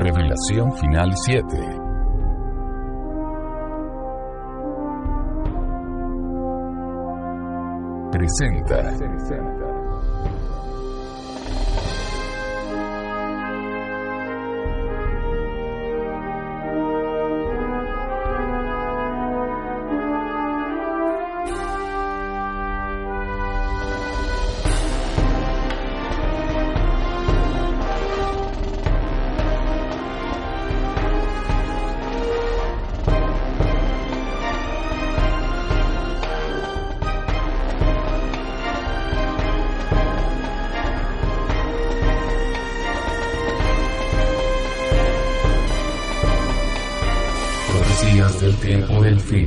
Revelación Final 7. Presenta. Del tiempo del fin.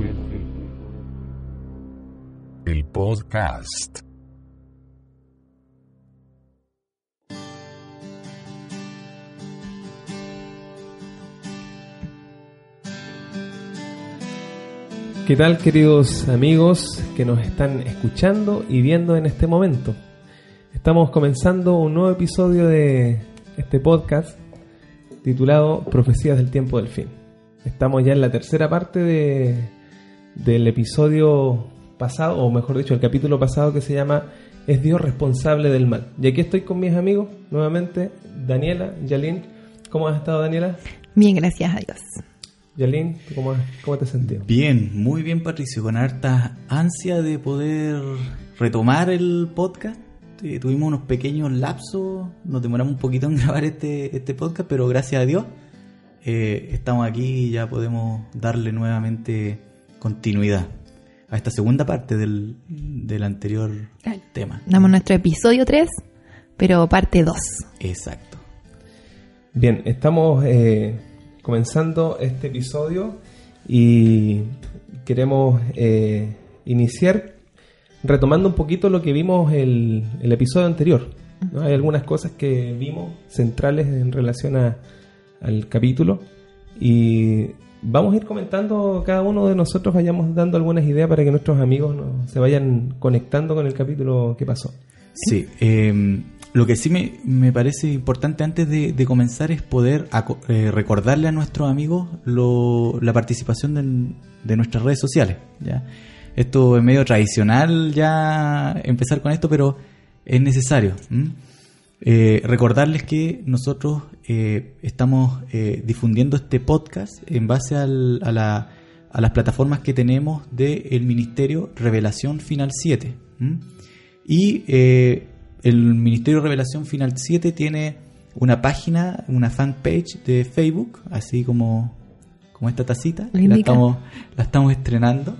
El podcast. ¿Qué tal, queridos amigos que nos están escuchando y viendo en este momento? Estamos comenzando un nuevo episodio de este podcast titulado Profecías del tiempo del fin. Estamos ya en la tercera parte del episodio pasado, o mejor dicho, el capítulo pasado, que se llama ¿Es Dios responsable del mal? Y aquí estoy con mis amigos, nuevamente, Daniela, Yalín. ¿Cómo has estado, Daniela? Bien, gracias a Dios. Yalín, ¿cómo te has sentido? Bien, muy bien, Patricio, con harta ansia de poder retomar el podcast. Tuvimos unos pequeños lapsos, nos demoramos un poquito en grabar este podcast, pero gracias a Dios estamos aquí y ya podemos darle nuevamente continuidad a esta segunda parte del anterior tema. Damos nuestro episodio 3, pero parte 2. Exacto. Bien, estamos comenzando este episodio y queremos iniciar retomando un poquito lo que vimos el episodio anterior, ¿no? Hay algunas cosas que vimos centrales en relación al capítulo y vamos a ir comentando, cada uno de nosotros vayamos dando algunas ideas para que nuestros amigos se vayan conectando con el capítulo que pasó. Sí, lo que sí me parece importante antes de comenzar es poder recordarle a nuestros amigos la participación de nuestras redes sociales, ¿ya? Esto es medio tradicional ya empezar con esto, pero es necesario. Recordarles que nosotros estamos difundiendo este podcast en base a las plataformas que tenemos del Ministerio Revelación Final 7. Y el Ministerio Revelación Final 7 tiene una página, una fanpage de Facebook, así como esta tacita, que la estamos estrenando,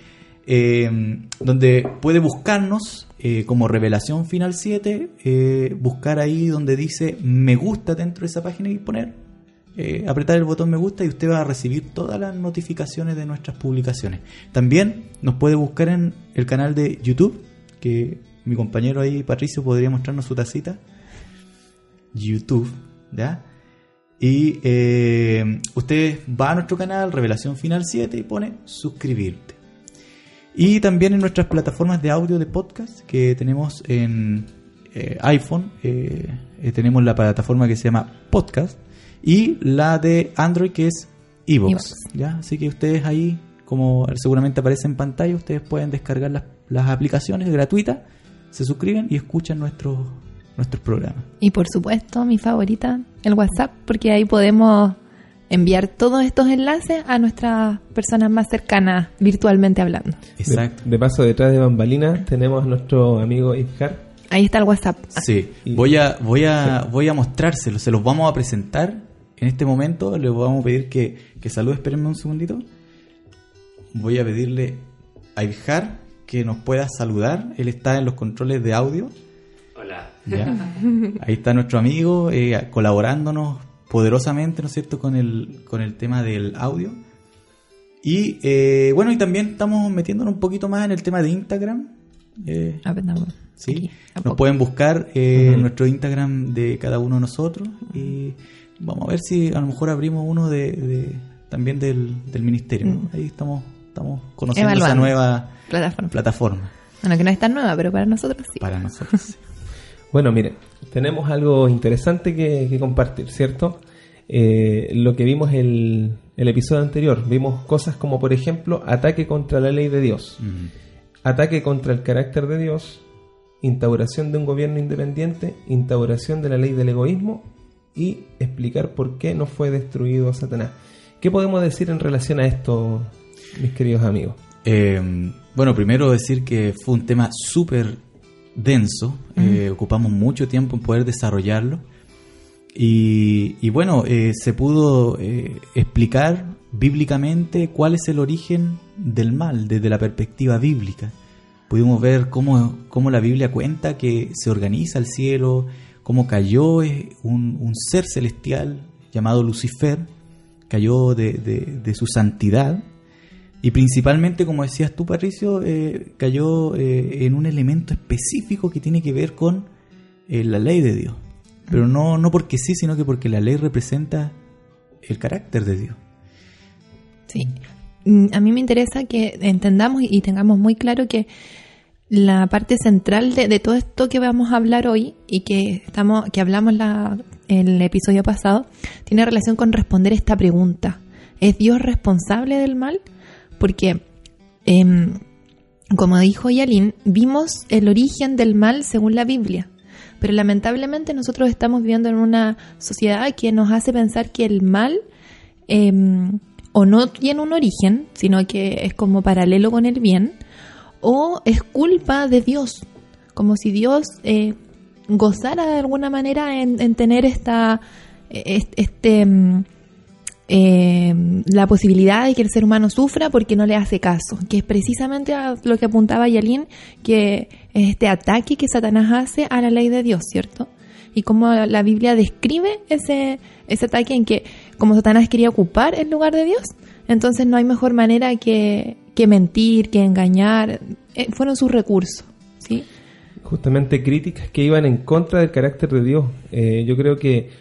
donde puede buscarnos como Revelación Final 7, buscar ahí donde dice me gusta dentro de esa página y apretar el botón me gusta y usted va a recibir todas las notificaciones de nuestras publicaciones. También nos puede buscar en el canal de YouTube, que mi compañero ahí, Patricio, podría mostrarnos su tacita. YouTube, ¿ya? Y usted va a nuestro canal Revelación Final 7 y pone suscribirte. Y también en nuestras plataformas de audio de podcast que tenemos en iPhone, tenemos la plataforma que se llama Podcast y la de Android que es iVoox, ¿ya? Así que ustedes ahí, como seguramente aparece en pantalla, ustedes pueden descargar las aplicaciones gratuitas, se suscriben y escuchan nuestros programas. Y por supuesto, mi favorita, el WhatsApp, porque ahí podemos enviar todos estos enlaces a nuestras personas más cercanas, virtualmente hablando. Exacto. De paso, detrás de bambalinas tenemos a nuestro amigo Ifkar. Ahí está el WhatsApp. Sí, voy a mostrárselo, se los vamos a presentar en este momento. Les vamos a pedir que salude, espérenme un segundito. Voy a pedirle a Ifkar que nos pueda saludar. Él está en los controles de audio. Hola. ¿Ya? Ahí está nuestro amigo colaborándonos poderosamente, ¿no es cierto?, con el tema del audio. Y bueno, y también estamos metiéndonos un poquito más en el tema de Instagram. Sí, nos pueden buscar en nuestro Instagram de cada uno de nosotros y vamos a ver si a lo mejor abrimos uno también del ministerio, ¿no? Ahí estamos conociendo esa nueva plataforma. Bueno, que no es tan nueva, pero para nosotros sí. Para nosotros sí. Bueno, mire, tenemos algo interesante que compartir, ¿cierto? lo que vimos el episodio anterior. Vimos cosas como, por ejemplo, ataque contra la ley de Dios, ataque contra el carácter de Dios, instauración de un gobierno independiente, instauración de la ley del egoísmo y explicar por qué no fue destruido Satanás. ¿Qué podemos decir en relación a esto, mis queridos amigos? Bueno, primero decir que fue un tema súper denso. Ocupamos mucho tiempo en poder desarrollarlo. Y bueno, se pudo explicar bíblicamente cuál es el origen del mal desde la perspectiva bíblica. Pudimos ver cómo la Biblia cuenta que se organiza el cielo, cómo cayó un ser celestial llamado Lucifer, cayó de su santidad. Y principalmente, como decías tú, Patricio, cayó en un elemento específico que tiene que ver con la ley de Dios. Pero no porque sí, sino que porque la ley representa el carácter de Dios. Sí. A mí me interesa que entendamos y tengamos muy claro que la parte central de todo esto que vamos a hablar hoy y que hablamos el episodio pasado tiene relación con responder esta pregunta. ¿Es Dios responsable del mal? Porque, como dijo Yalín, vimos el origen del mal según la Biblia. Pero lamentablemente nosotros estamos viviendo en una sociedad que nos hace pensar que el mal o no tiene un origen, sino que es como paralelo con el bien, o es culpa de Dios, como si Dios gozara de alguna manera en tener la posibilidad de que el ser humano sufra porque no le hace caso, que es precisamente a lo que apuntaba Yalín, que es este ataque que Satanás hace a la ley de Dios, ¿cierto? Y cómo la Biblia describe ese ataque en que, como Satanás quería ocupar el lugar de Dios, entonces no hay mejor manera que mentir, que engañar, fueron sus recursos, ¿sí? Justamente críticas que iban en contra del carácter de Dios. Yo creo que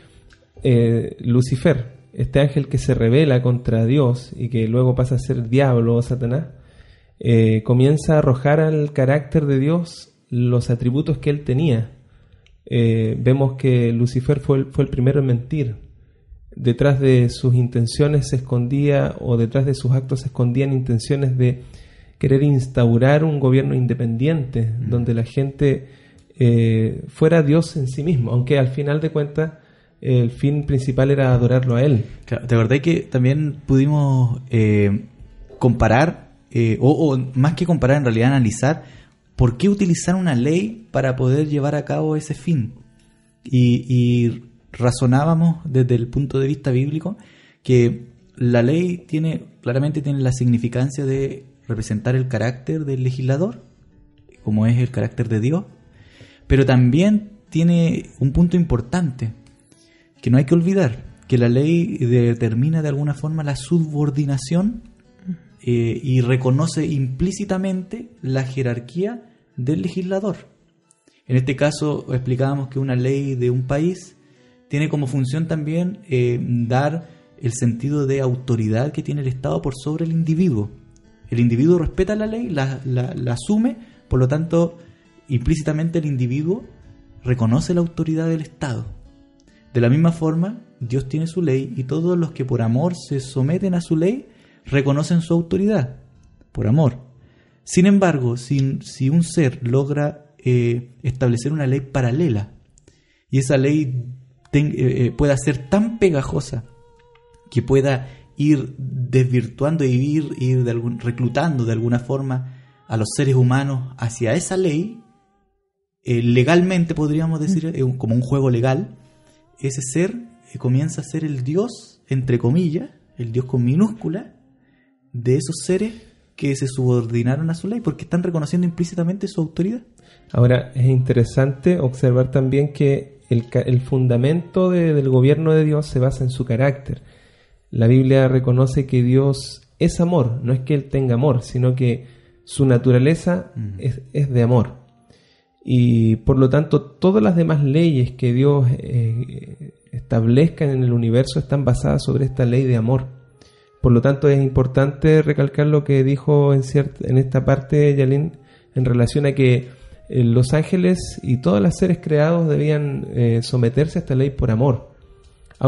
Lucifer, este ángel que se rebela contra Dios y que luego pasa a ser diablo o Satanás, comienza a arrojar al carácter de Dios los atributos que él tenía. Vemos que Lucifer fue el primero en mentir. Detrás de sus intenciones se escondía, o detrás de sus actos se escondían intenciones de querer instaurar un gobierno independiente, donde la gente fuera Dios en sí mismo, aunque al final de cuentas el fin principal era adorarlo a él. Claro, de verdad que también pudimos comparar, o más que comparar, en realidad analizar por qué utilizar una ley para poder llevar a cabo ese fin. Y razonábamos desde el punto de vista bíblico que la ley claramente tiene la significancia de representar el carácter del legislador, como es el carácter de Dios, pero también tiene un punto importante que no hay que olvidar, que la ley determina de alguna forma la subordinación y reconoce implícitamente la jerarquía del legislador. En este caso explicábamos que una ley de un país tiene como función también dar el sentido de autoridad que tiene el Estado por sobre el individuo. El individuo respeta la ley, la asume, por lo tanto, implícitamente el individuo reconoce la autoridad del Estado. De la misma forma, Dios tiene su ley y todos los que por amor se someten a su ley reconocen su autoridad, por amor. Sin embargo, si un ser logra establecer una ley paralela y esa ley pueda ser tan pegajosa que pueda ir desvirtuando y ir reclutando de alguna forma a los seres humanos hacia esa ley, legalmente podríamos decir, como un juego legal, ese ser comienza a ser el Dios, entre comillas, el Dios con minúscula, de esos seres que se subordinaron a su ley porque están reconociendo implícitamente su autoridad. Ahora, es interesante observar también que el fundamento del gobierno de Dios se basa en su carácter. La Biblia reconoce que Dios es amor, no es que Él tenga amor, sino que su naturaleza es de amor. Y por lo tanto, todas las demás leyes que Dios establezca en el universo están basadas sobre esta ley de amor. Por lo tanto, es importante recalcar lo que dijo en esta parte Yalín en relación a que los ángeles y todos los seres creados debían someterse a esta ley por amor. Ahora,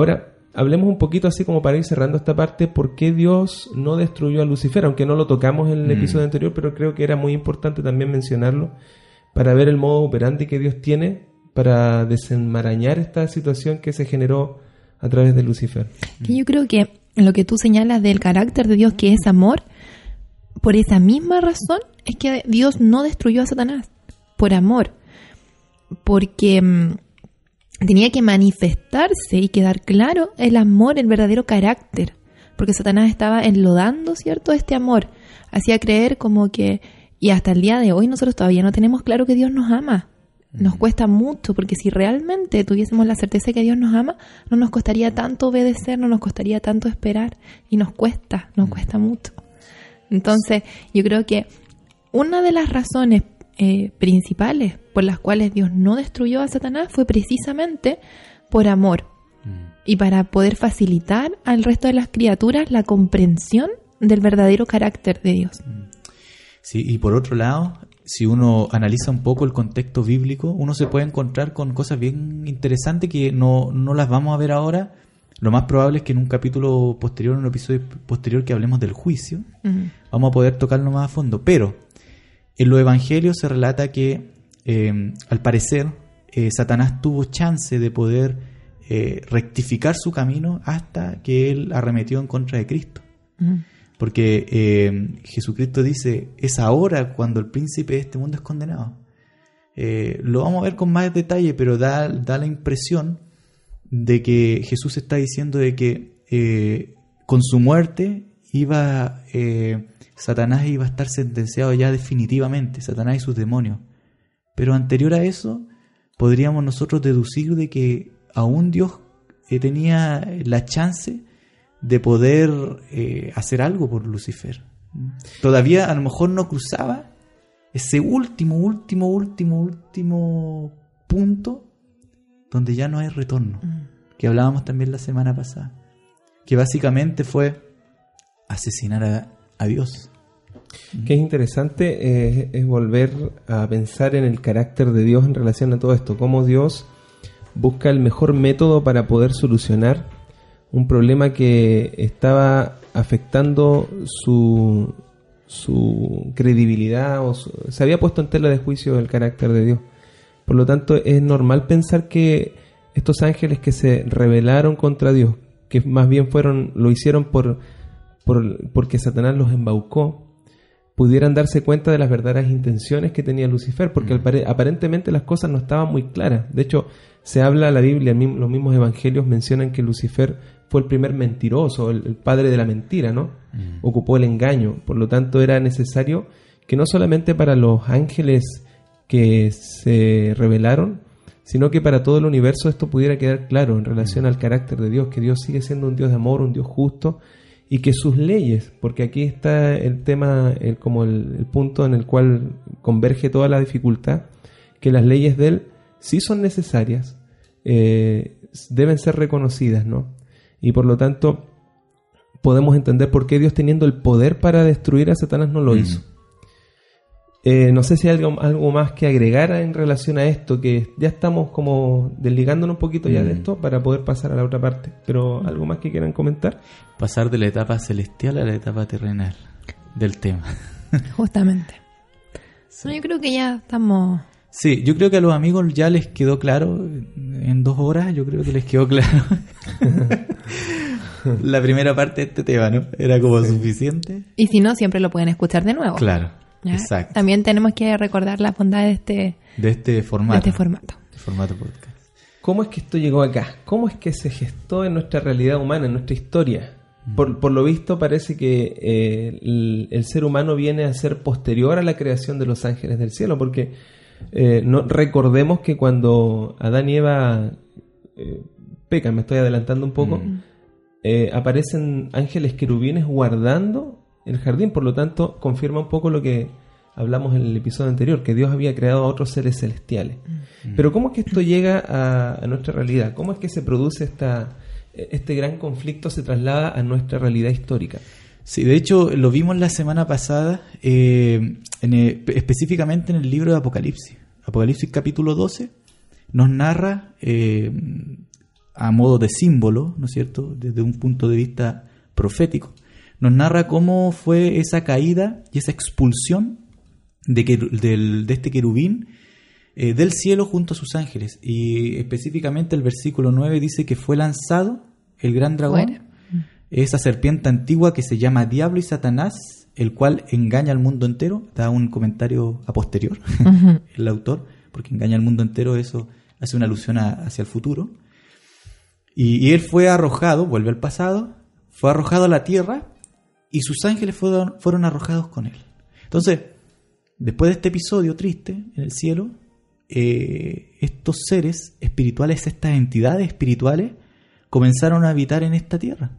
hablemos un poquito así como para ir cerrando esta parte, por qué Dios no destruyó a Lucifer, aunque no lo tocamos en el episodio anterior, pero creo que era muy importante también mencionarlo para ver el modo operandi que Dios tiene para desenmarañar esta situación que se generó a través de Lucifer. Que yo creo que lo que tú señalas del carácter de Dios, que es amor, por esa misma razón es que Dios no destruyó a Satanás, por amor, porque tenía que manifestarse y quedar claro el amor, el verdadero carácter, porque Satanás estaba enlodando, ¿cierto?, este amor, hacía creer como que, y hasta el día de hoy nosotros todavía no tenemos claro que Dios nos ama. Nos cuesta mucho, porque si realmente tuviésemos la certeza de que Dios nos ama, no nos costaría tanto obedecer, no nos costaría tanto esperar, y nos cuesta mucho. Entonces, yo creo que una de las razones principales por las cuales Dios no destruyó a Satanás fue precisamente por amor, y para poder facilitar al resto de las criaturas la comprensión del verdadero carácter de Dios. Sí, y por otro lado, si uno analiza un poco el contexto bíblico, uno se puede encontrar con cosas bien interesantes que no las vamos a ver ahora. Lo más probable es que en un capítulo posterior, en un episodio posterior que hablemos del juicio, vamos a poder tocarlo más a fondo. Pero en los evangelios se relata que, al parecer, Satanás tuvo chance de poder rectificar su camino hasta que él arremetió en contra de Cristo. Porque Jesucristo dice, es ahora cuando el príncipe de este mundo es condenado. Lo vamos a ver con más detalle, pero da la impresión de que Jesús está diciendo de que con su muerte Satanás iba a estar sentenciado ya definitivamente, Satanás y sus demonios. Pero anterior a eso, podríamos nosotros deducir de que aún Dios tenía la chance de poder hacer algo por Lucifer. Todavía a lo mejor no cruzaba ese último punto donde ya no hay retorno, que hablábamos también la semana pasada, que básicamente fue asesinar a Dios. Que es interesante es volver a pensar en el carácter de Dios en relación a todo esto, cómo Dios busca el mejor método para poder solucionar un problema que estaba afectando su credibilidad, se había puesto en tela de juicio el carácter de Dios. Por lo tanto, es normal pensar que estos ángeles que se rebelaron contra Dios, que más bien lo hicieron porque Satanás los embaucó, pudieran darse cuenta de las verdaderas intenciones que tenía Lucifer, porque aparentemente las cosas no estaban muy claras. De hecho, se habla, la Biblia, los mismos evangelios mencionan que Lucifer fue el primer mentiroso, el padre de la mentira, ¿no? Ocupó el engaño. Por lo tanto, era necesario que no solamente para los ángeles que se rebelaron, sino que para todo el universo esto pudiera quedar claro en relación al carácter de Dios, que Dios sigue siendo un Dios de amor, un Dios justo, y que sus leyes, porque aquí está el tema, el punto en el cual converge toda la dificultad, que las leyes de Él sí son necesarias, deben ser reconocidas, ¿no? Y por lo tanto podemos entender por qué Dios, teniendo el poder para destruir a Satanás, no lo hizo. No sé si hay algo más que agregar en relación a esto, que ya estamos como desligándonos un poquito ya de esto para poder pasar a la otra parte, pero algo más que quieran comentar. Pasar de la etapa celestial a la etapa terrenal del tema. Justamente. Sí. No, yo creo que ya estamos... Sí, yo creo que a los amigos ya les quedó claro, en 2 horas yo creo que les quedó claro la primera parte de este tema, ¿no? Era como suficiente. Y si no, siempre lo pueden escuchar de nuevo. Claro, ¿ya? exacto. También tenemos que recordar la bondad de este formato. Formato podcast. ¿Cómo es que esto llegó acá? ¿Cómo es que se gestó en nuestra realidad humana, en nuestra historia? Por lo visto parece que el ser humano viene a ser posterior a la creación de los ángeles del cielo, porque no recordemos que cuando Adán y Eva pecan, me estoy adelantando un poco, aparecen ángeles querubines guardando el jardín. Por lo tanto, confirma un poco lo que hablamos en el episodio anterior, que Dios había creado a otros seres celestiales. Pero ¿cómo es que esto llega a nuestra realidad? ¿Cómo es que se produce este gran conflicto, se traslada a nuestra realidad histórica? Sí, de hecho lo vimos la semana pasada, específicamente en el libro de Apocalipsis. Apocalipsis capítulo 12 nos narra a modo de símbolo, ¿no es cierto?, desde un punto de vista profético, nos narra cómo fue esa caída y esa expulsión de este querubín del cielo junto a sus ángeles. Y específicamente el versículo 9 dice que fue lanzado el gran dragón, Fuera. esa serpiente antigua que se llama Diablo y Satanás, el cual engaña al mundo entero. Da un comentario a posterior el autor, porque engaña al mundo entero, eso hace una alusión hacia el futuro. Y él fue arrojado, vuelve al pasado, fue arrojado a la tierra y sus ángeles fueron arrojados con él. Entonces, después de este episodio triste en el cielo, estos seres espirituales, estas entidades espirituales, comenzaron a habitar en esta tierra.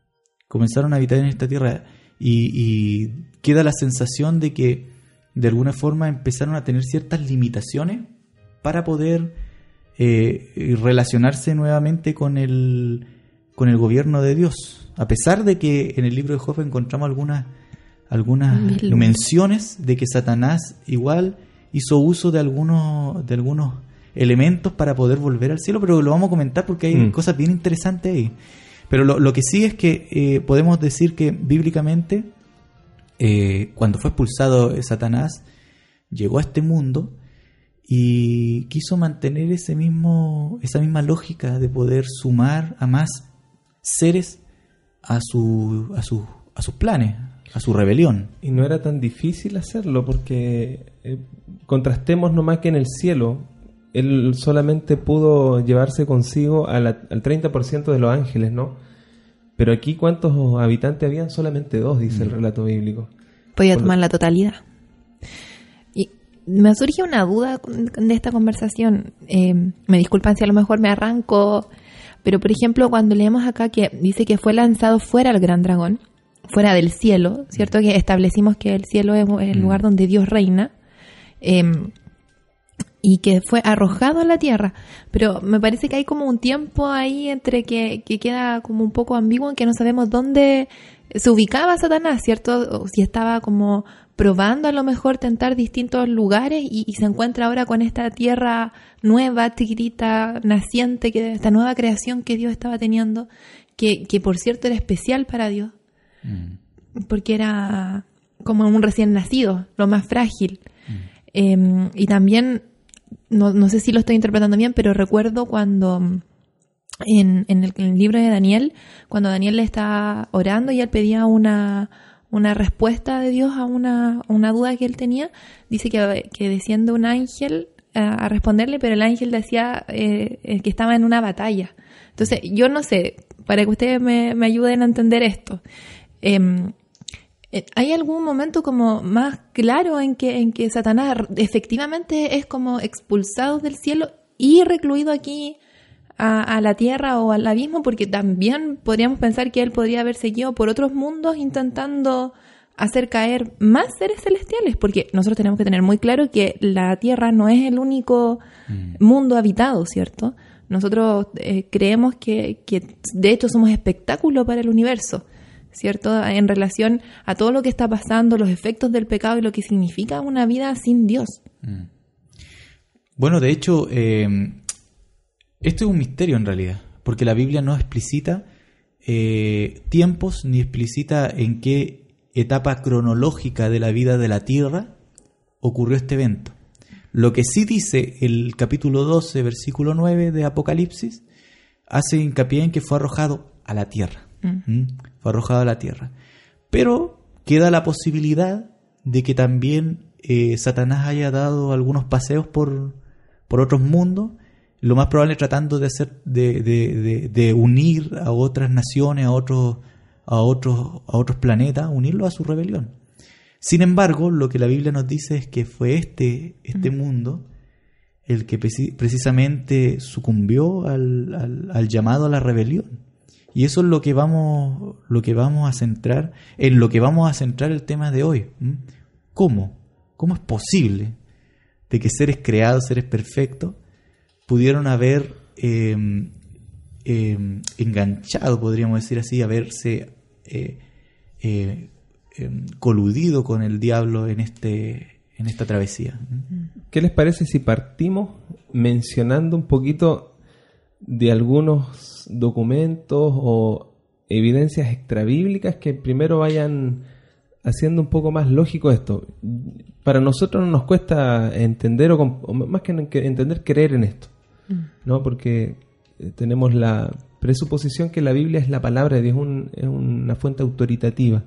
Y queda la sensación de que de alguna forma empezaron a tener ciertas limitaciones para poder relacionarse nuevamente con el gobierno de Dios. A pesar de que en el libro de Job encontramos algunas menciones de que Satanás igual hizo uso de algunos elementos para poder volver al cielo, pero lo vamos a comentar porque hay cosas bien interesantes ahí. Pero lo que sí es que podemos decir que bíblicamente cuando fue expulsado Satanás, llegó a este mundo y quiso mantener esa misma lógica de poder sumar a más seres a sus planes, a su rebelión. Y no era tan difícil hacerlo porque contrastemos nomás que en el cielo él solamente pudo llevarse consigo al 30% de los ángeles, ¿no? Pero aquí, ¿cuántos habitantes habían? Solamente 2, dice el relato bíblico. Podía tomar la totalidad. Y me surge una duda de esta conversación. Me disculpan si a lo mejor me arranco, pero por ejemplo, cuando leemos acá que dice que fue lanzado fuera el gran dragón, fuera del cielo, ¿cierto? Que establecimos que el cielo es el lugar donde Dios reina. Y que fue arrojado a la tierra, pero me parece que hay como un tiempo ahí entre que queda como un poco ambiguo, en que no sabemos dónde se ubicaba Satanás, ¿cierto? O si estaba como probando a lo mejor tentar distintos lugares y se encuentra ahora con esta tierra nueva, chiquitita, naciente, esta nueva creación que Dios estaba teniendo, que por cierto era especial para Dios, porque era como un recién nacido, lo más frágil. Y también no sé si lo estoy interpretando bien, pero recuerdo cuando en el libro de Daniel, cuando Daniel le está orando y él pedía una respuesta de Dios a una duda que él tenía, dice que desciende un ángel a responderle, pero el ángel decía que estaba en una batalla. Entonces, yo no sé, para que ustedes me ayuden a entender esto, ¿hay algún momento como más claro en que Satanás efectivamente es como expulsado del cielo y recluido aquí a la tierra o al abismo? Porque también podríamos pensar que él podría haber seguido por otros mundos intentando hacer caer más seres celestiales, porque nosotros tenemos que tener muy claro que la tierra no es el único mundo habitado, ¿cierto? Nosotros creemos que de hecho somos espectáculo para el universo, ¿cierto? En relación a todo lo que está pasando, los efectos del pecado y lo que significa una vida sin Dios. Bueno, de hecho, esto es un misterio en realidad, porque la Biblia no explicita tiempos ni explicita en qué etapa cronológica de la vida de la tierra ocurrió este evento. Lo que sí dice el capítulo 12, versículo 9 de Apocalipsis, hace hincapié en que fue arrojado a la tierra. Fue arrojado a la tierra. Pero queda la posibilidad de que también Satanás haya dado algunos paseos por otros mundos, lo más probable tratando de hacer de unir a otras naciones, a otros planetas, unirlos a su rebelión. Sin embargo, lo que la Biblia nos dice es que fue este mundo el que precisamente sucumbió al llamado a la rebelión. Y eso es lo que vamos a centrar, en lo que vamos a centrar el tema de hoy. ¿Cómo? ¿Cómo es posible de que seres creados, seres perfectos, pudieron haber enganchado, podríamos decir así, haberse coludido con el diablo en esta travesía? ¿Qué les parece si partimos mencionando un poquito de algunos documentos o evidencias extrabíblicas que primero vayan haciendo un poco más lógico esto. Para nosotros no nos cuesta entender, o más que entender, creer en esto, ¿no? Porque tenemos la presuposición que la Biblia es la palabra de Dios, es una fuente autoritativa.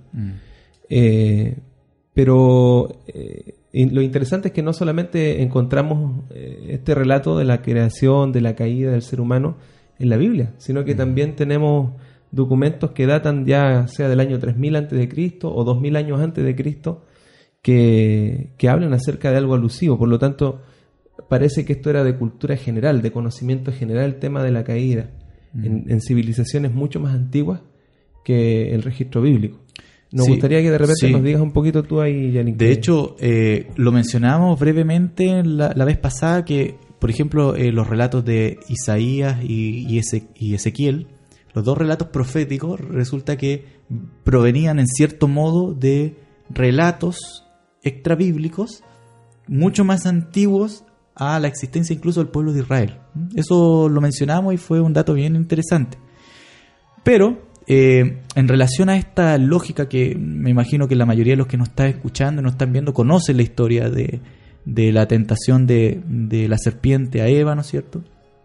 Pero lo interesante es que no solamente encontramos este relato de la creación, de la caída del ser humano en la Biblia, sino que también tenemos documentos que datan ya sea del año 3000 antes de Cristo o 2000 años antes de Cristo que hablan acerca de algo alusivo. Por lo tanto, parece que esto era de cultura general, de conocimiento general, el tema de la caída en civilizaciones mucho más antiguas que el registro bíblico. Nos gustaría que de repente nos digas un poquito tú ahí, Yannick. De hecho, lo mencionamos brevemente la vez pasada, que por ejemplo los relatos de Isaías y Ezequiel, los dos relatos proféticos, resulta que provenían en cierto modo de relatos extrabíblicos mucho más antiguos a la existencia incluso del pueblo de Israel. Eso lo mencionamos y fue un dato bien interesante. Pero en relación a esta lógica, que me imagino que la mayoría de los que nos están escuchando y nos están viendo conocen la historia de la tentación de la serpiente a Eva, ¿no es cierto?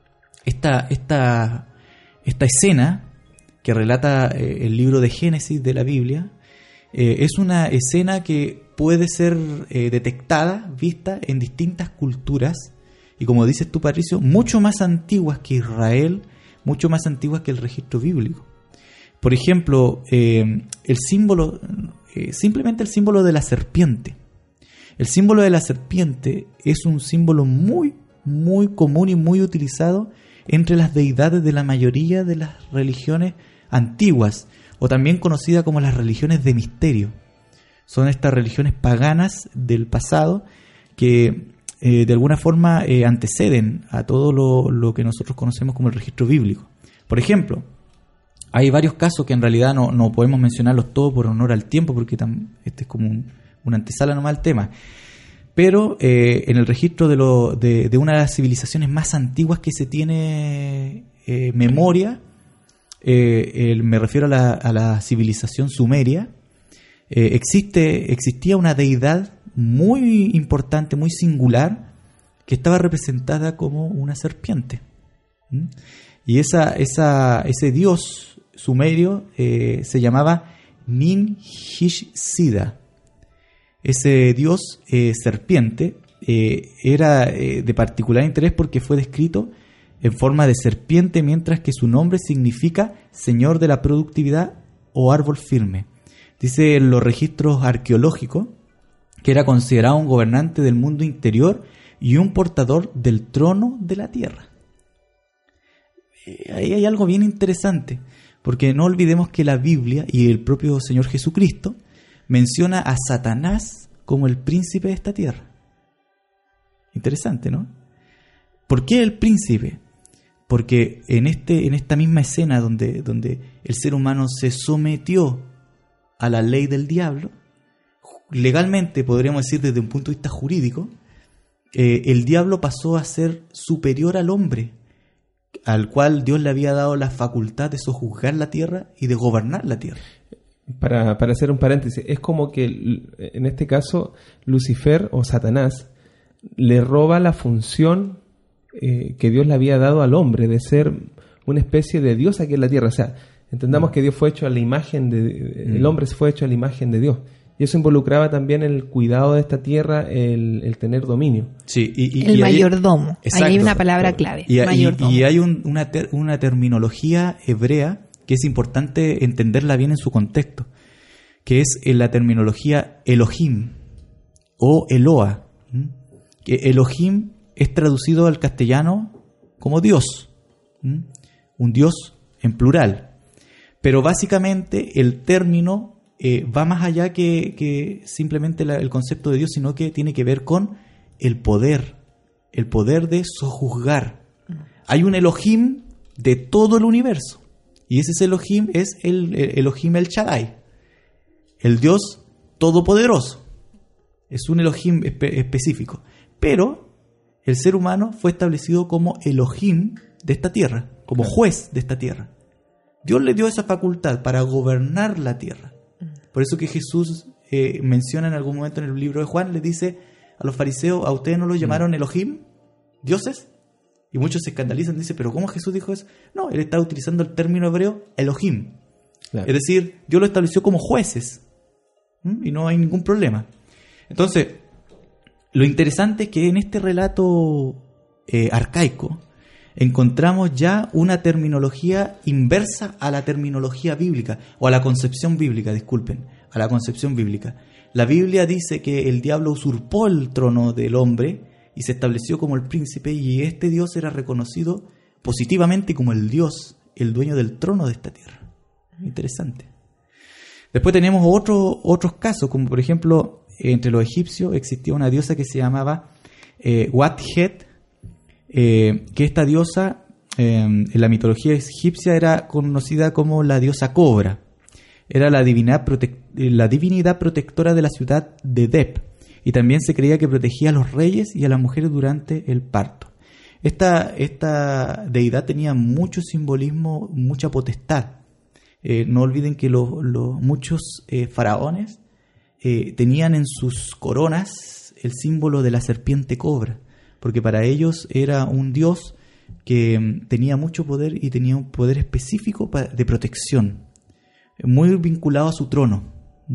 Esta escena que relata el libro de Génesis de la Biblia es una escena que puede ser detectada, vista en distintas culturas, y como dices tú, Patricio, mucho más antiguas que Israel, mucho más antiguas que el registro bíblico. Por ejemplo, el símbolo, simplemente el símbolo de la serpiente. El símbolo de la serpiente es un símbolo muy, muy común y muy utilizado entre las deidades de la mayoría de las religiones antiguas, o también conocida como las religiones de misterio. Son estas religiones paganas del pasado que de alguna forma anteceden a todo lo que nosotros conocemos como el registro bíblico. Por ejemplo, hay varios casos que en realidad no podemos mencionarlos todos por honor al tiempo, porque este es como una antesala nomás al tema. Pero en el registro de una de las civilizaciones más antiguas que se tiene memoria, me refiero a la civilización sumeria, existía una deidad muy importante, muy singular, que estaba representada como una serpiente. Y ese dios sumerio se llamaba Nin-Hish-Sida. Ese dios serpiente era de particular interés porque fue descrito en forma de serpiente, mientras que su nombre significa señor de la productividad o árbol firme. Dice en los registros arqueológicos que era considerado un gobernante del mundo interior y un portador del trono de la tierra. Ahí hay algo bien interesante, porque no olvidemos que la Biblia y el propio Señor Jesucristo menciona a Satanás como el príncipe de esta tierra. Interesante, ¿no? ¿Por qué el príncipe? Porque en esta misma escena donde el ser humano se sometió a la ley del diablo, legalmente, podríamos decir desde un punto de vista jurídico, el diablo pasó a ser superior al hombre, al cual Dios le había dado la facultad de sojuzgar la tierra y de gobernar la tierra. Para hacer un paréntesis, es como que en este caso Lucifer o Satanás le roba la función que Dios le había dado al hombre de ser una especie de Dios aquí en la tierra. O sea, entendamos que Dios fue hecho a la imagen el hombre fue hecho a la imagen de Dios. Y eso involucraba también el cuidado de esta tierra, el tener dominio. Sí, el mayordomo. Ahí hay una palabra clave. Y hay una terminología hebrea que es importante entenderla bien en su contexto, que es la terminología Elohim o Eloa. Que Elohim es traducido al castellano como Dios, un Dios en plural. Pero básicamente el término va más allá que simplemente el concepto de Dios, sino que tiene que ver con el poder de sojuzgar. Hay un Elohim de todo el universo, y ese Elohim es el Elohim El Shaddai, el Dios todopoderoso. Es un Elohim específico, pero el ser humano fue establecido como Elohim de esta tierra, como juez de esta tierra. Dios le dio esa facultad para gobernar la tierra. Por eso que Jesús menciona en algún momento en el libro de Juan, le dice a los fariseos, ¿a ustedes no los llamaron Elohim, dioses? Y muchos se escandalizan, dicen, ¿pero cómo Jesús dijo eso? No, él está utilizando el término hebreo Elohim. Claro. Es decir, Dios lo estableció como jueces. Y no hay ningún problema. Entonces, lo interesante es que en este relato arcaico encontramos ya una terminología inversa a la terminología bíblica, o a la concepción bíblica, disculpen, a la concepción bíblica. La Biblia dice que el diablo usurpó el trono del hombre y se estableció como el príncipe, y este Dios era reconocido positivamente como el Dios, el dueño del trono de esta tierra. Interesante. Después tenemos otros casos, como por ejemplo, entre los egipcios existía una diosa que se llamaba Wat-Het, que esta diosa en la mitología egipcia era conocida como la diosa cobra. Era la divinidad protectora de la ciudad de Deb, y también se creía que protegía a los reyes y a las mujeres durante el parto. Esta deidad tenía mucho simbolismo, mucha potestad. No olviden que muchos faraones tenían en sus coronas el símbolo de la serpiente cobra, porque para ellos era un dios que tenía mucho poder y tenía un poder específico de protección, muy vinculado a su trono.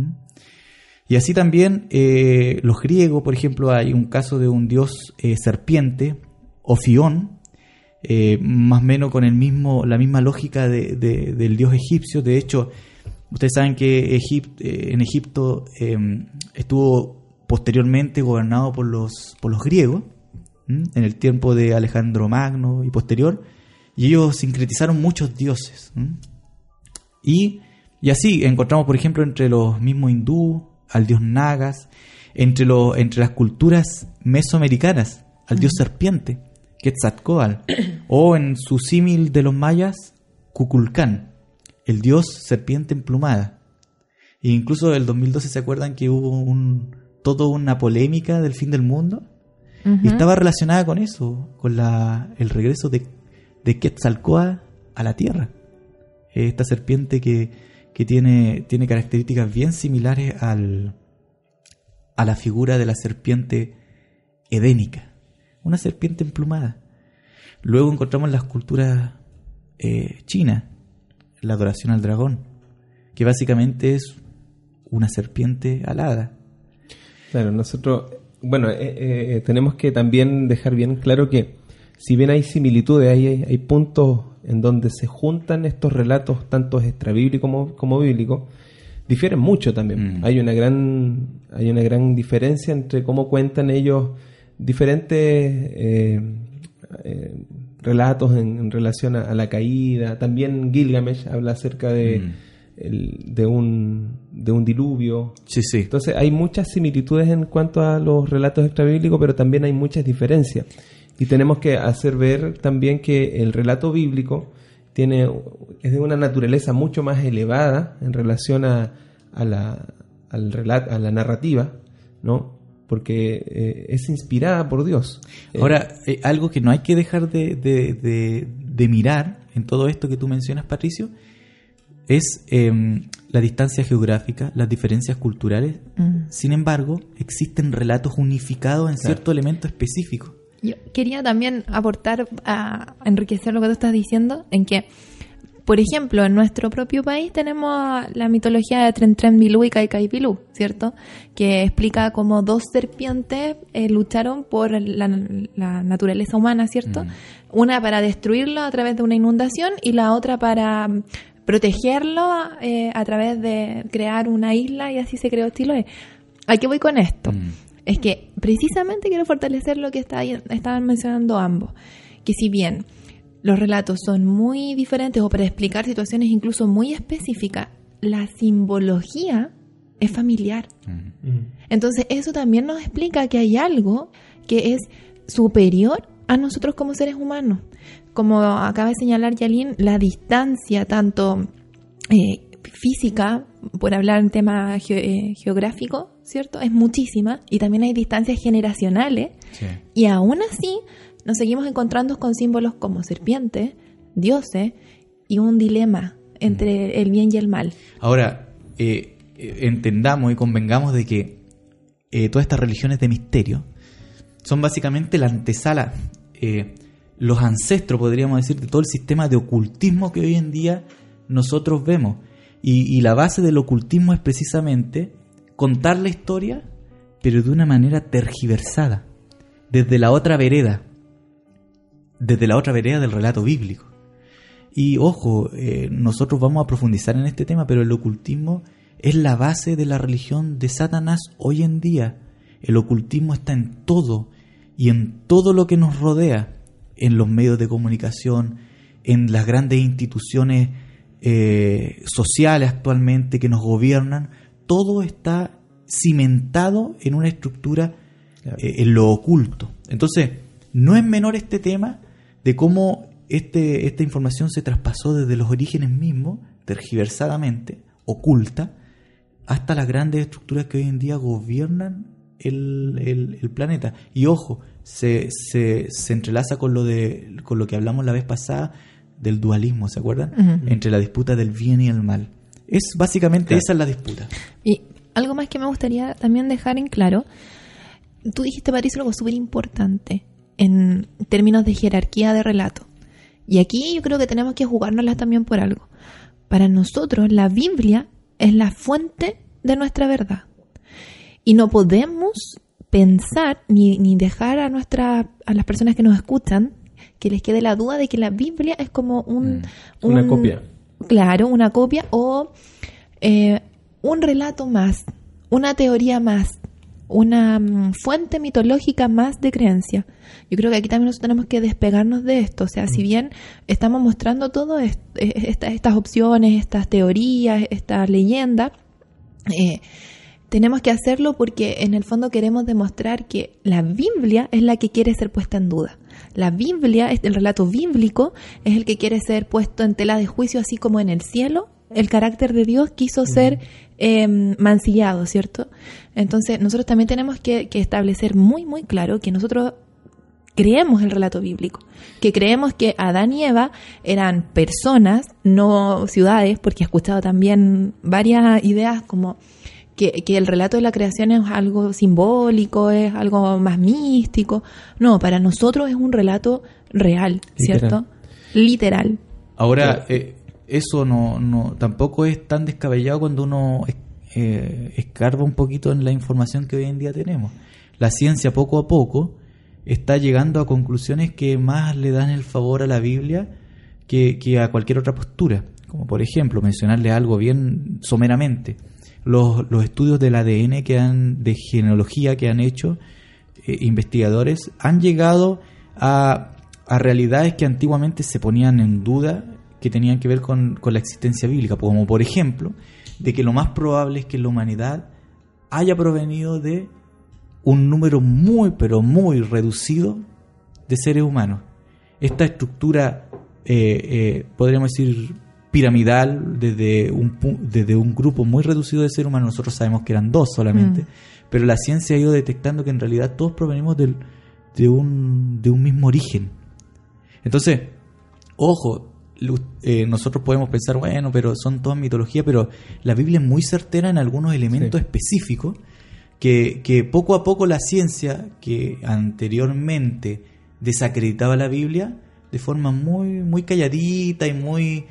Y así también los griegos, por ejemplo, hay un caso de un dios serpiente, Ofión, más o menos con la misma lógica del dios egipcio. De hecho, ustedes saben que en Egipto estuvo posteriormente gobernado por los griegos, en el tiempo de Alejandro Magno y posterior, y ellos sincretizaron muchos dioses. Y así encontramos, por ejemplo, entre los mismos hindúes al dios Nagas, entre las culturas mesoamericanas al dios serpiente, Quetzalcóatl, o en su símil de los mayas, Kukulcán, el dios serpiente emplumada. E incluso en el 2012 se acuerdan que hubo toda una polémica del fin del mundo, y estaba relacionada con eso, con el regreso de Quetzalcóatl a la tierra. Esta serpiente que tiene características bien similares a la figura de la serpiente edénica, una serpiente emplumada. Luego encontramos las culturas chinas, la adoración al dragón, que básicamente es una serpiente alada. Claro, nosotros, tenemos que también dejar bien claro que si bien hay similitudes, hay puntos en donde se juntan estos relatos, tanto extrabíblicos como bíblicos, difieren mucho también. Hay una gran diferencia entre cómo cuentan ellos diferentes relatos en relación a la caída. También Gilgamesh habla acerca de un diluvio. Sí. Entonces hay muchas similitudes en cuanto a los relatos extrabíblicos, pero también hay muchas diferencias. Y tenemos que hacer ver también que el relato bíblico es de una naturaleza mucho más elevada en relación a la narrativa, ¿no? Porque es inspirada por Dios. Ahora, algo que no hay que dejar de mirar en todo esto que tú mencionas, Patricio, es la distancia geográfica, las diferencias culturales. Sin embargo, existen relatos unificados en ciertos elementos específicos. Yo quería también aportar a enriquecer lo que tú estás diciendo, en que, por ejemplo, en nuestro propio país tenemos la mitología de Tren Tren Bilú y Kai Kai Bilú, ¿cierto? Que explica cómo dos serpientes lucharon por la naturaleza humana, ¿cierto? Una para destruirlo a través de una inundación y la otra para protegerlo a través de crear una isla, y así se creó Chiloé. ¿A qué voy con esto? Es que precisamente quiero fortalecer lo que estaban mencionando ambos, que si bien los relatos son muy diferentes o para explicar situaciones incluso muy específicas, la simbología es familiar. Entonces eso también nos explica que hay algo que es superior a nosotros como seres humanos. Como acaba de señalar Yalín, la distancia tanto física, por hablar en tema geográfico, ¿cierto? Es muchísima, y también hay distancias generacionales, y aún así nos seguimos encontrando con símbolos como serpiente, dioses y un dilema entre el bien y el mal. Ahora, entendamos y convengamos de que todas estas religiones de misterio son básicamente la antesala, los ancestros, podríamos decir, de todo el sistema de ocultismo que hoy en día nosotros vemos. Y la base del ocultismo es precisamente contar la historia, pero de una manera tergiversada, desde la otra vereda del relato bíblico. Y ojo, nosotros vamos a profundizar en este tema, pero el ocultismo es la base de la religión de Satanás hoy en día. El ocultismo está en todo y en todo lo que nos rodea, en los medios de comunicación, en las grandes instituciones sociales actualmente que nos gobiernan. Todo está cimentado en una estructura, en lo oculto. Entonces, no es menor este tema de cómo esta información se traspasó desde los orígenes mismos, tergiversadamente, oculta, hasta las grandes estructuras que hoy en día gobiernan el planeta. Y ojo, se entrelaza con lo que hablamos la vez pasada del dualismo, ¿se acuerdan? Uh-huh. Entre la disputa del bien y el mal. Es básicamente esa es la disputa. Y algo más que me gustaría también dejar en claro, tú dijiste, Patricio, algo súper importante en términos de jerarquía de relato. Y aquí yo creo que tenemos que jugárnoslas también por algo. Para nosotros la Biblia es la fuente de nuestra verdad. Y no podemos pensar ni dejar a las personas que nos escuchan que les quede la duda de que la Biblia es como una copia. Claro, una copia o un relato más, una teoría más, una fuente mitológica más de creencia. Yo creo que aquí también nosotros tenemos que despegarnos de esto. O sea, si bien estamos mostrando todo estas opciones, estas teorías, esta leyenda, tenemos que hacerlo porque en el fondo queremos demostrar que la Biblia es la que quiere ser puesta en duda. La Biblia, el relato bíblico, es el que quiere ser puesto en tela de juicio, así como en el cielo el carácter de Dios quiso ser mancillado, ¿cierto? Entonces nosotros también tenemos que establecer muy, muy claro que nosotros creemos el relato bíblico, que creemos que Adán y Eva eran personas, no ciudades, porque he escuchado también varias ideas como que el relato de la creación es algo simbólico, es algo más místico. No, para nosotros es un relato real, ¿cierto? Literal. Ahora, eso no tampoco es tan descabellado cuando uno escarba un poquito en la información que hoy en día tenemos. La ciencia poco a poco está llegando a conclusiones que más le dan el favor a la Biblia que a cualquier otra postura. Como por ejemplo, mencionarle algo bien someramente. Los estudios del ADN de genealogía que han hecho investigadores han llegado a realidades que antiguamente se ponían en duda, que tenían que ver con la existencia bíblica, como por ejemplo de que lo más probable es que la humanidad haya provenido de un número muy pero muy reducido de seres humanos. Esta estructura podríamos decir piramidal desde un grupo muy reducido de seres humanos, nosotros sabemos que eran 2 solamente, pero la ciencia ha ido detectando que en realidad todos provenimos de un mismo origen. Entonces, ojo, nosotros podemos pensar, bueno, pero son todas mitología, pero la Biblia es muy certera en algunos elementos específicos que poco a poco la ciencia, que anteriormente desacreditaba la Biblia de forma muy, muy calladita y muy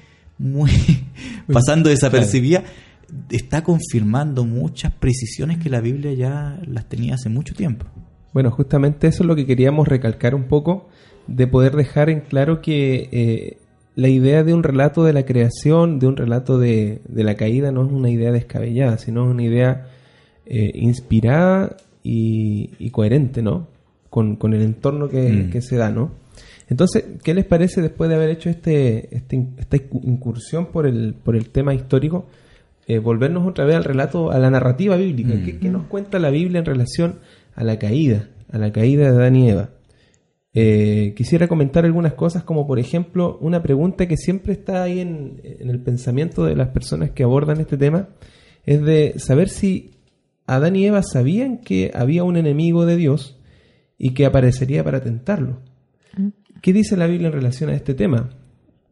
pasando desapercibida, está confirmando muchas precisiones que la Biblia ya las tenía hace mucho tiempo. Bueno, justamente eso es lo que queríamos recalcar un poco, de poder dejar en claro que la idea de un relato de la creación, de un relato de la caída, no es una idea descabellada, sino una idea inspirada y coherente, ¿no? Con el entorno que se da, ¿no? Entonces, ¿qué les parece después de haber hecho esta incursión por el tema histórico, volvernos otra vez al relato, a la narrativa bíblica? ¿Qué nos cuenta la Biblia en relación a la caída de Adán y Eva? Quisiera comentar algunas cosas, como por ejemplo una pregunta que siempre está ahí en el pensamiento de las personas que abordan este tema, es de saber si Adán y Eva sabían que había un enemigo de Dios y que aparecería para tentarlo. ¿Qué dice la Biblia en relación a este tema?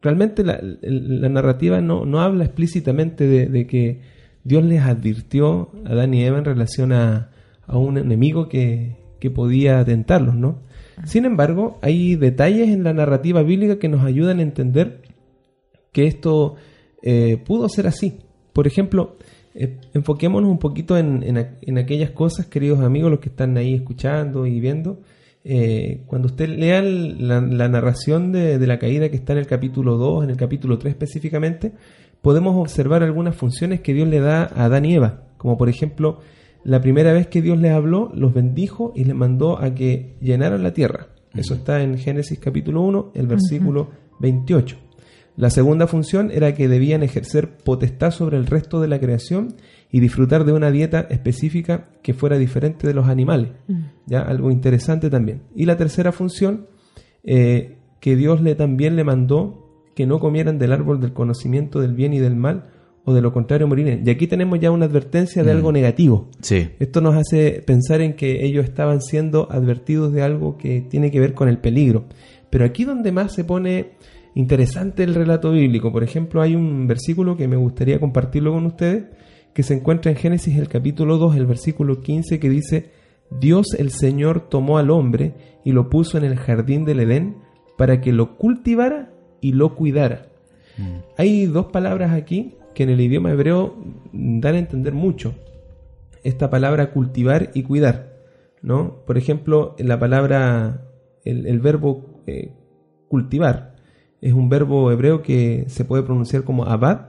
realmente la narrativa no habla explícitamente de que Dios les advirtió a Adán y Eva en relación a un enemigo que podía tentarlos, ¿no? Sin embargo, hay detalles en la narrativa bíblica que nos ayudan a entender que esto pudo ser así. Por ejemplo, enfoquémonos un poquito en aquellas cosas, queridos amigos, los que están ahí escuchando y viendo. Cuando usted lea la narración de la caída que está en el capítulo 2, en el capítulo 3 específicamente, podemos observar algunas funciones que Dios le da a Adán y Eva, como por ejemplo, la primera vez que Dios les habló, los bendijo y les mandó a que llenaran la tierra. Eso está en Génesis capítulo 1, el versículo 28. La segunda función era que debían ejercer potestad sobre el resto de la creación y disfrutar de una dieta específica que fuera diferente de los animales. ¿Ya? Algo interesante también. Y la tercera función, que Dios también le mandó que no comieran del árbol del conocimiento del bien y del mal, o de lo contrario morirían. Y aquí tenemos ya una advertencia de algo negativo. Sí. Esto nos hace pensar en que ellos estaban siendo advertidos de algo que tiene que ver con el peligro. Pero aquí donde más se pone interesante el relato bíblico, por ejemplo, hay un versículo que me gustaría compartirlo con ustedes, que se encuentra en Génesis el capítulo 2, el versículo 15, que dice: Dios el Señor tomó al hombre y lo puso en el jardín del Edén para que lo cultivara y lo cuidara. Hay dos palabras aquí que en el idioma hebreo dan a entender mucho. Esta palabra cultivar y cuidar, ¿no? Por ejemplo, la palabra, el verbo cultivar, es un verbo hebreo que se puede pronunciar como abad,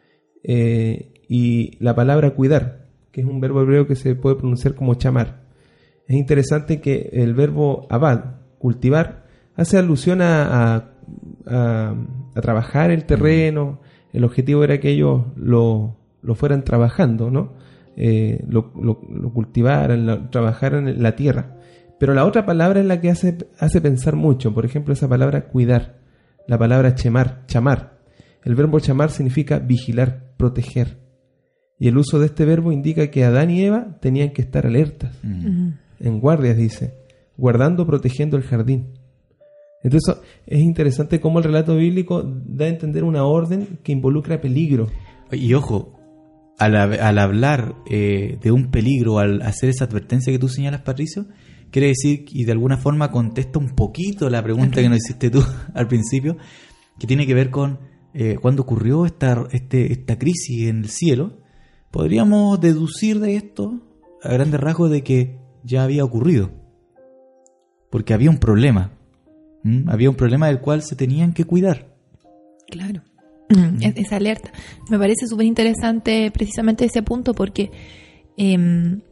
y la palabra cuidar, que es un verbo hebreo que se puede pronunciar como chamar. Es interesante que el verbo abad, cultivar, hace alusión a trabajar el terreno. El objetivo era que ellos lo fueran trabajando, ¿no? Lo cultivaran, trabajaran en la tierra. Pero la otra palabra es la que hace pensar mucho. Por ejemplo, esa palabra cuidar, la palabra chamar. El verbo chamar significa vigilar, proteger. Y el uso de este verbo indica que Adán y Eva tenían que estar alertas, en guardias, dice, guardando, protegiendo el jardín. Entonces es interesante cómo el relato bíblico da a entender una orden que involucra peligro. Y ojo, al hablar de un peligro, al hacer esa advertencia que tú señalas, Patricio, quiere decir, y de alguna forma contesta un poquito la pregunta que nos hiciste tú al principio, que tiene que ver con cuando ocurrió esta crisis en el cielo. Podríamos deducir de esto, a grandes rasgos, de que ya había ocurrido, porque había un problema. Había un problema del cual se tenían que cuidar. Claro. Esa alerta. Me parece súper interesante precisamente ese punto, porque el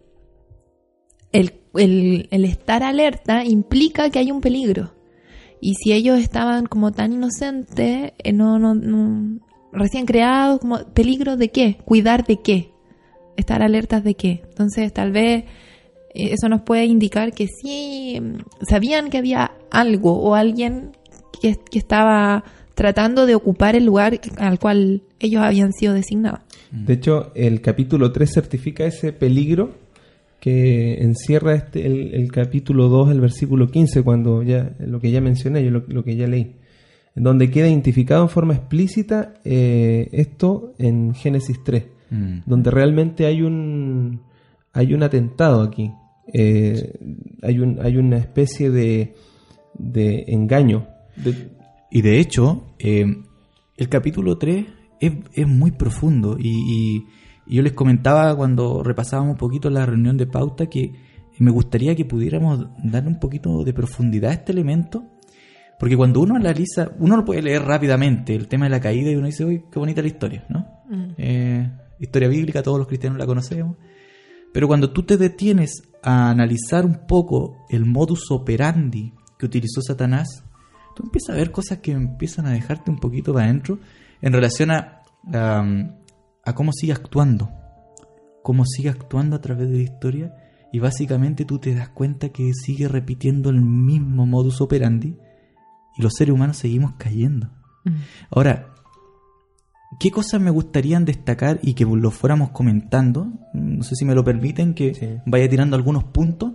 estar alerta implica que hay un peligro. Y si ellos estaban como tan inocentes, recién creados, como peligro de qué, cuidar de qué, estar alertas de qué. Entonces tal vez eso nos puede indicar que sí sabían que había algo o alguien que estaba tratando de ocupar el lugar al cual ellos habían sido designados. De hecho, el capítulo 3 certifica ese peligro que encierra el capítulo 2, el versículo 15, cuando ya lo que ya mencioné, yo lo que ya leí, en donde queda identificado en forma explícita esto en Génesis 3, donde realmente hay un atentado aquí. Hay una especie de engaño. Y de hecho, el capítulo 3 es muy profundo. Y yo les comentaba cuando repasábamos un poquito la reunión de pauta que me gustaría que pudiéramos darle un poquito de profundidad a este elemento. Porque cuando uno analiza, uno lo puede leer rápidamente, el tema de la caída, y uno dice, uy, qué bonita la historia, ¿no? Historia bíblica, todos los cristianos la conocemos. Pero cuando tú te detienes a analizar un poco el modus operandi que utilizó Satanás, tú empiezas a ver cosas que empiezan a dejarte un poquito para adentro en relación a cómo sigue actuando. Cómo sigue actuando a través de la historia, y básicamente tú te das cuenta que sigue repitiendo el mismo modus operandi y los seres humanos seguimos cayendo. Ahora, ¿qué cosas me gustaría destacar y que lo fuéramos comentando? No sé si me lo permiten, que vaya tirando algunos puntos,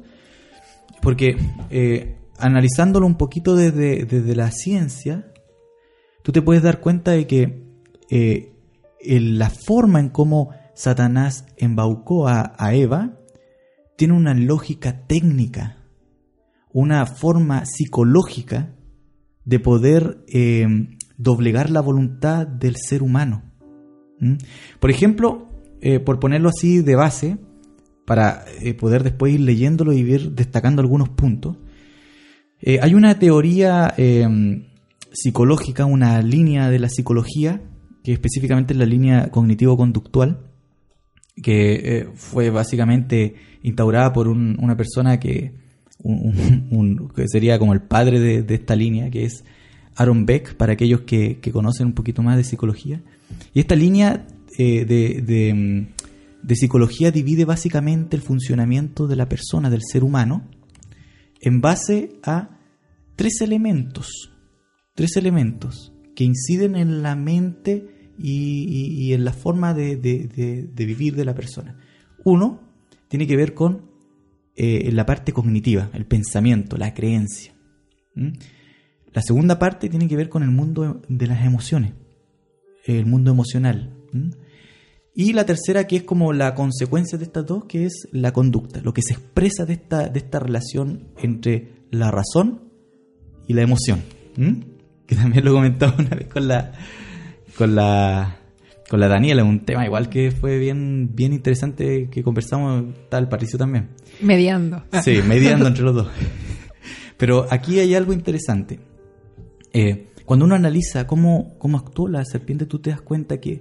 porque analizándolo un poquito desde la ciencia, tú te puedes dar cuenta de que la forma en cómo Satanás embaucó a Eva tiene una lógica técnica, una forma psicológica de poder doblegar la voluntad del ser humano. Por ejemplo, por ponerlo así de base, para poder después ir leyéndolo y ir destacando algunos puntos, hay una teoría psicológica, una línea de la psicología, que específicamente es la línea cognitivo-conductual, que fue básicamente instaurada por una persona que sería como el padre de esta línea, que es Aaron Beck, para aquellos que conocen un poquito más de psicología. Y esta línea de psicología divide básicamente el funcionamiento de la persona, del ser humano, en base a tres elementos que inciden en la mente y en la forma de vivir de la persona. Uno tiene que ver con la parte cognitiva, el pensamiento, la creencia. La segunda parte tiene que ver con el mundo de las emociones, el mundo emocional. Y la tercera, que es como la consecuencia de estas dos, que es la conducta, lo que se expresa de esta relación entre la razón y la emoción. Que también lo comentaba una vez con la Daniela, un tema igual que fue bien interesante, que conversamos, tal Patricio también. Mediando. Sí, mediando entre los dos. Pero aquí hay algo interesante. Cuando uno analiza cómo actuó la serpiente, tú te das cuenta que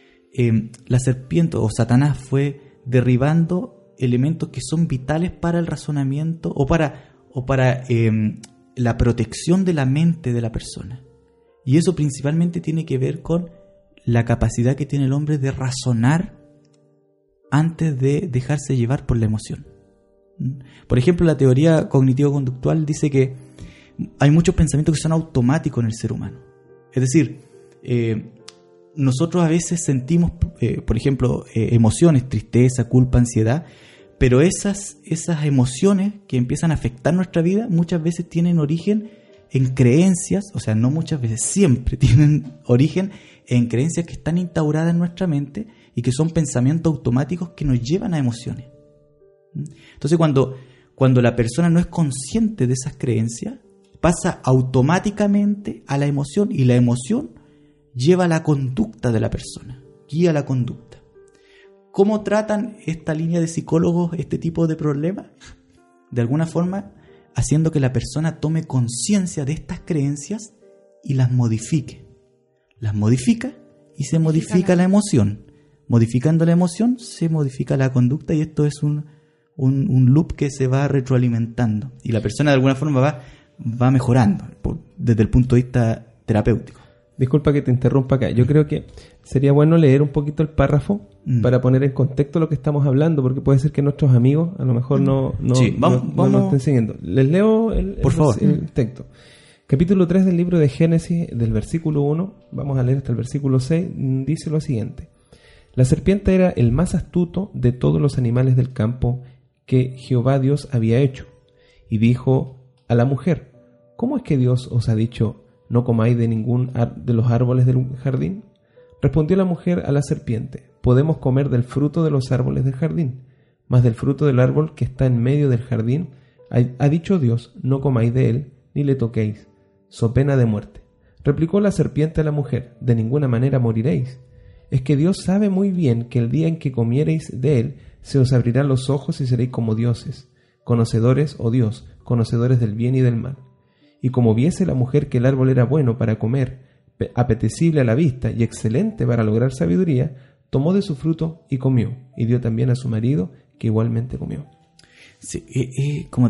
la serpiente o Satanás fue derribando elementos que son vitales para el razonamiento o para la protección de la mente de la persona. Y eso principalmente tiene que ver con la capacidad que tiene el hombre de razonar antes de dejarse llevar por la emoción. Por ejemplo, la teoría cognitivo-conductual dice que hay muchos pensamientos que son automáticos en el ser humano. Es decir, nosotros a veces sentimos, por ejemplo, emociones, tristeza, culpa, ansiedad, pero esas emociones que empiezan a afectar nuestra vida muchas veces tienen origen en creencias, o sea, no muchas veces, siempre tienen origen en creencias que están instauradas en nuestra mente y que son pensamientos automáticos que nos llevan a emociones. Entonces, cuando la persona no es consciente de esas creencias, pasa automáticamente a la emoción, y la emoción lleva a la conducta de la persona, guía la conducta. ¿Cómo tratan esta línea de psicólogos este tipo de problemas? De alguna forma, haciendo que la persona tome conciencia de estas creencias y las modifique. Las modifica y se modifica la emoción. Modificando la emoción, se modifica la conducta, y esto es un loop que se va retroalimentando. Y la persona de alguna forma va mejorando desde el punto de vista terapéutico. Disculpa que te interrumpa acá. Yo creo que sería bueno leer un poquito el párrafo para poner en contexto lo que estamos hablando, porque puede ser que nuestros amigos a lo mejor no nos estén siguiendo. Les leo el texto. Capítulo 3 del libro de Génesis, del versículo 1, vamos a leer hasta el versículo 6, dice lo siguiente. La serpiente era el más astuto de todos los animales del campo que Jehová Dios había hecho, y dijo a la mujer, ¿cómo es que Dios os ha dicho, no comáis de ningún de los árboles del jardín? Respondió la mujer a la serpiente, podemos comer del fruto de los árboles del jardín, mas del fruto del árbol que está en medio del jardín, ha dicho Dios, no comáis de él, ni le toquéis, so pena de muerte. Replicó la serpiente a la mujer, de ninguna manera moriréis. Es que Dios sabe muy bien que el día en que comiereis de él, se os abrirán los ojos y seréis como dioses, conocedores, oh Dios, conocedores del bien y del mal. Y como viese la mujer que el árbol era bueno para comer, apetecible a la vista y excelente para lograr sabiduría, tomó de su fruto y comió, y dio también a su marido, que igualmente comió. Sí, como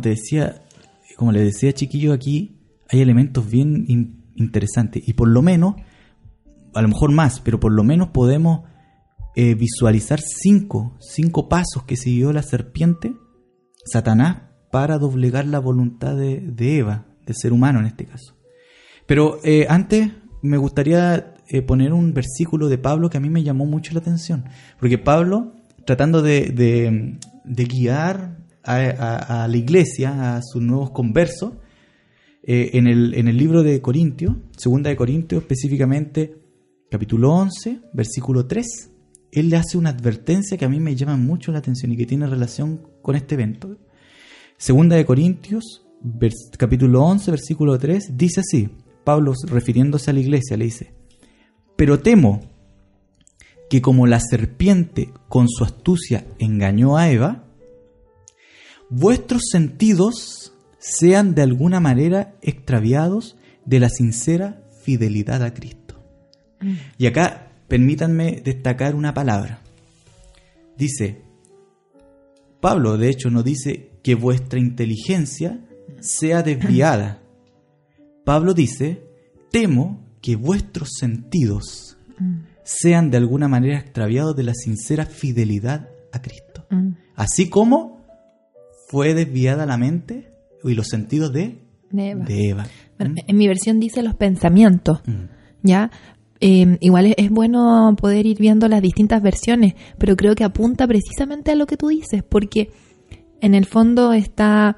le decía chiquillo, aquí hay elementos bien interesantes, y por lo menos, a lo mejor más, pero por lo menos podemos visualizar cinco pasos que siguió la serpiente, Satanás, para doblegar la voluntad de Eva, del ser humano en este caso. Pero antes me gustaría poner un versículo de Pablo que a mí me llamó mucho la atención, porque Pablo, tratando de guiar a la iglesia, a sus nuevos conversos, en el libro de Corintios, segunda de Corintios, específicamente capítulo 11, versículo 3, él le hace una advertencia que a mí me llama mucho la atención y que tiene relación con este evento. Segunda de Corintios, capítulo 11, versículo 3, dice así, Pablo refiriéndose a la iglesia le dice: pero temo que como la serpiente con su astucia engañó a Eva, vuestros sentidos sean de alguna manera extraviados de la sincera fidelidad a Cristo. Y acá permítanme destacar una palabra. Dice, Pablo de hecho no dice que vuestra inteligencia sea desviada. Pablo dice, temo que vuestros sentidos sean de alguna manera extraviados de la sincera fidelidad a Cristo. Así como fue desviada la mente y los sentidos de Eva. Bueno, en mi versión dice los pensamientos, ¿ya? Igual es bueno poder ir viendo las distintas versiones, pero creo que apunta precisamente a lo que tú dices, porque en el fondo está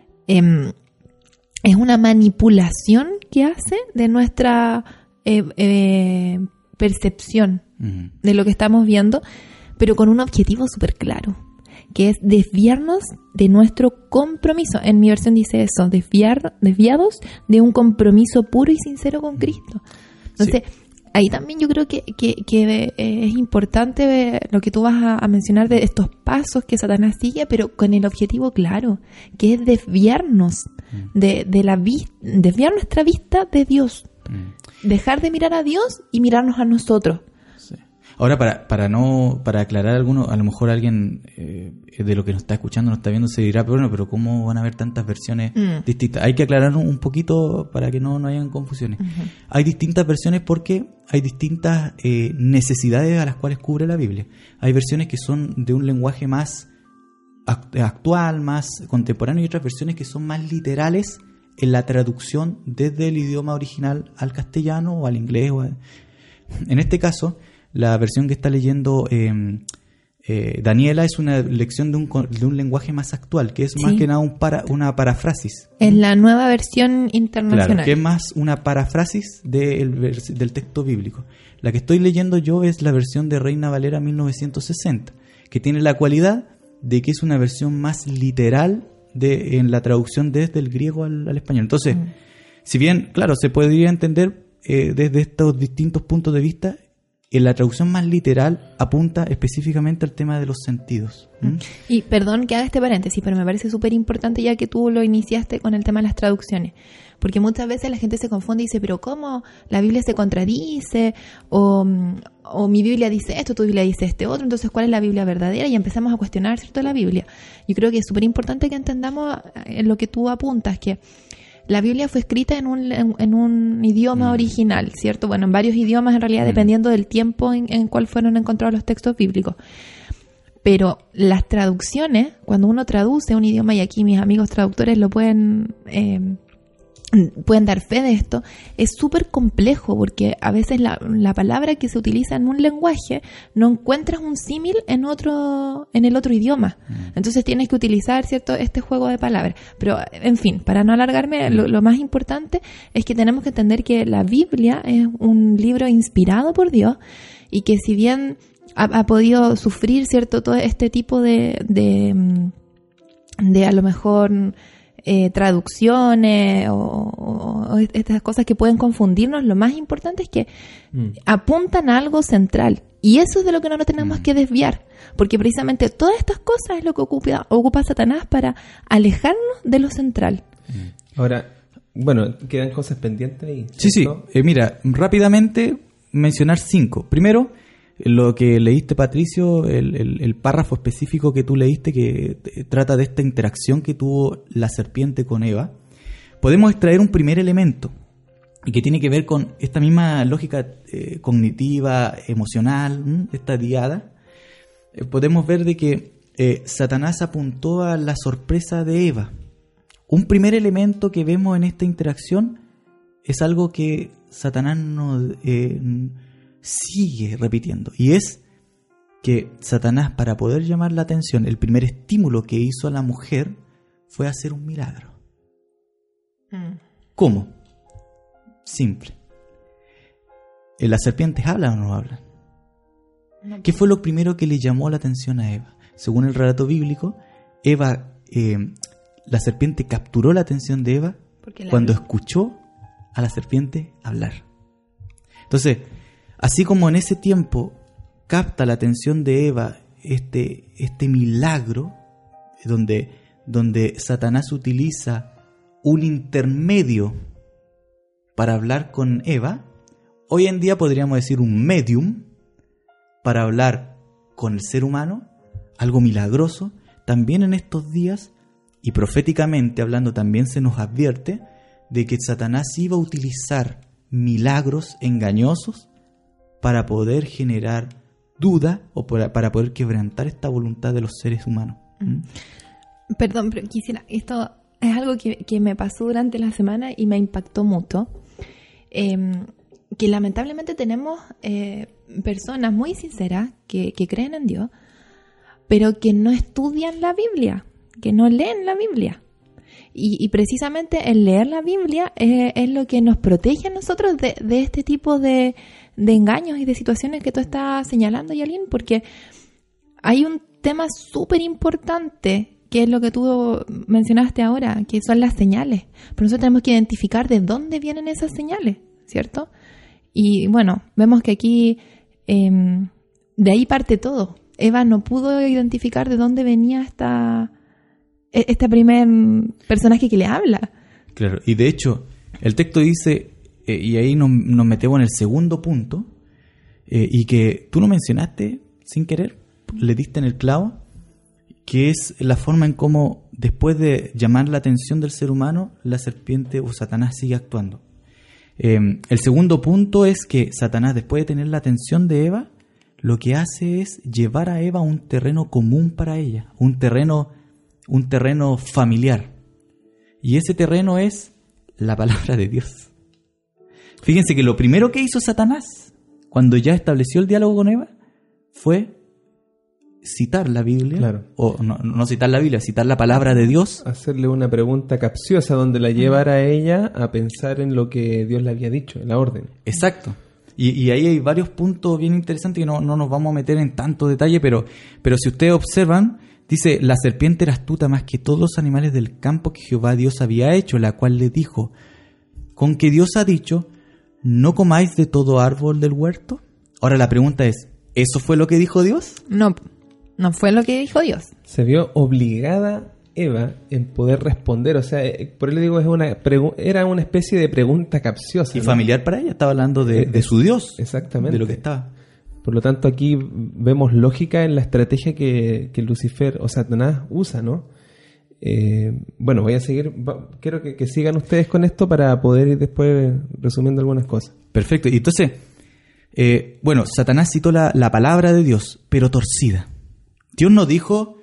es una manipulación que hace de nuestra percepción de lo que estamos viendo, pero con un objetivo súper claro, que es desviarnos de nuestro compromiso. En mi versión dice eso, desviados de un compromiso puro y sincero con Cristo. Entonces, sí, ahí también yo creo que es importante ver lo que tú vas a mencionar de estos pasos que Satanás sigue, pero con el objetivo claro, que es desviarnos desviar nuestra vista de Dios. Dejar de mirar a Dios y mirarnos a nosotros. Sí. Ahora, para aclarar alguno, a lo mejor alguien de lo que nos está escuchando, nos está viendo, se dirá, pero ¿cómo van a haber tantas versiones distintas? Hay que aclarar un poquito para que no hayan confusiones. Hay distintas versiones porque hay distintas necesidades a las cuales cubre la Biblia. Hay versiones que son de un lenguaje más actual, más contemporáneo, y otras versiones que son más literales en la traducción desde el idioma original al castellano o al inglés. En este caso, la versión que está leyendo Daniela es una lección de un lenguaje más actual, que es más que nada una parafrasis. Es la nueva versión internacional. Claro, que es más una parafrasis del texto bíblico. La que estoy leyendo yo es la versión de Reina Valera 1960, que tiene la cualidad de que es una versión más literal en la traducción desde el griego al español. Entonces, si bien, claro, se podría entender desde estos distintos puntos de vista, en la traducción más literal apunta específicamente al tema de los sentidos. Y perdón que haga este paréntesis, pero me parece súper importante ya que tú lo iniciaste con el tema de las traducciones, porque muchas veces la gente se confunde y dice, pero ¿cómo? La Biblia se contradice, o mi Biblia dice esto, tu Biblia dice este otro, entonces ¿cuál es la Biblia verdadera? Y empezamos a cuestionar, ¿cierto?, la Biblia. Yo creo que es súper importante que entendamos en lo que tú apuntas, que la Biblia fue escrita en un idioma original, ¿cierto? Bueno, en varios idiomas en realidad, dependiendo del tiempo en cuál fueron encontrados los textos bíblicos. Pero las traducciones, cuando uno traduce un idioma, y aquí mis amigos traductores lo pueden dar fe de esto, es súper complejo, porque a veces la palabra que se utiliza en un lenguaje no encuentras un símil en el otro idioma. Entonces tienes que utilizar, ¿cierto?, este juego de palabras. Pero, en fin, para no alargarme, lo más importante es que tenemos que entender que la Biblia es un libro inspirado por Dios, y que si bien ha podido sufrir, ¿cierto?, todo este tipo de a lo mejor traducciones o estas cosas que pueden confundirnos, lo más importante es que apuntan a algo central, y eso es de lo que no nos tenemos que desviar, porque precisamente todas estas cosas es lo que ocupa Satanás para alejarnos de lo central. Ahora, bueno, quedan cosas pendientes ahí, ¿cierto? Sí. Mira, rápidamente mencionar 5. Primero, lo que leíste, Patricio, el párrafo específico que tú leíste, que trata de esta interacción que tuvo la serpiente con Eva. Podemos extraer un primer elemento, y que tiene que ver con esta misma lógica cognitiva, emocional, esta diada. Podemos ver de que Satanás apuntó a la sorpresa de Eva. Un primer elemento que vemos en esta interacción es algo que Satanás sigue repitiendo, y es que Satanás, para poder llamar la atención, el primer estímulo que hizo a la mujer fue hacer un milagro. ¿Cómo? Simple. ¿Las serpientes hablan o no hablan? No. ¿Qué fue lo primero que le llamó la atención a Eva? Según el relato bíblico, la serpiente capturó la atención de Eva cuando escuchó a la serpiente hablar. Entonces, así como en ese tiempo capta la atención de Eva este milagro donde Satanás utiliza un intermedio para hablar con Eva, hoy en día podríamos decir un medium para hablar con el ser humano, algo milagroso. También en estos días, y proféticamente hablando, también se nos advierte de que Satanás iba a utilizar milagros engañosos para poder generar duda o para poder quebrantar esta voluntad de los seres humanos. Perdón, pero quisiera, esto es algo que me pasó durante la semana y me impactó mucho, que lamentablemente tenemos personas muy sinceras que creen en Dios, pero que no estudian la Biblia, que no leen la Biblia. Y precisamente el leer la Biblia es lo que nos protege a nosotros de este tipo de engaños y de situaciones que tú estás señalando, Yalín, porque hay un tema súper importante, que es lo que tú mencionaste ahora, que son las señales. Pero nosotros tenemos que identificar de dónde vienen esas señales, ¿cierto? Y bueno, vemos que aquí de ahí parte todo. Eva no pudo identificar de dónde venía este primer personaje que le habla. Claro, y de hecho, el texto dice, y ahí nos metemos en el segundo punto, y que tú lo mencionaste sin querer, le diste en el clavo, que es la forma en cómo, después de llamar la atención del ser humano, la serpiente o Satanás sigue actuando. El segundo punto es que Satanás, después de tener la atención de Eva, lo que hace es llevar a Eva a un terreno común para ella, un terreno familiar. Y ese terreno es la palabra de Dios. Fíjense que lo primero que hizo Satanás, cuando ya estableció el diálogo con Eva, fue citar la Biblia, claro. O no citar la Biblia, citar la palabra de Dios. Hacerle una pregunta capciosa donde la llevara a ella a pensar en lo que Dios le había dicho, en la orden. Exacto. Y ahí hay varios puntos bien interesantes que no nos vamos a meter en tanto detalle, pero si ustedes observan, dice, la serpiente era astuta más que todos los animales del campo que Jehová Dios había hecho, la cual le dijo, ¿con que Dios ha dicho, no comáis de todo árbol del huerto? Ahora la pregunta es, ¿eso fue lo que dijo Dios? No fue lo que dijo Dios. Se vio obligada Eva en poder responder, o sea, por eso le digo, era una especie de pregunta capciosa. Y familiar para ella, estaba hablando de su Dios. Exactamente. De lo que estaba. Por lo tanto, aquí vemos lógica en la estrategia que Lucifer o Satanás usa, ¿no? Bueno, voy a seguir, quiero que sigan ustedes con esto para poder ir después resumiendo algunas cosas. Perfecto, y entonces, Satanás citó la palabra de Dios, pero torcida. Dios no dijo,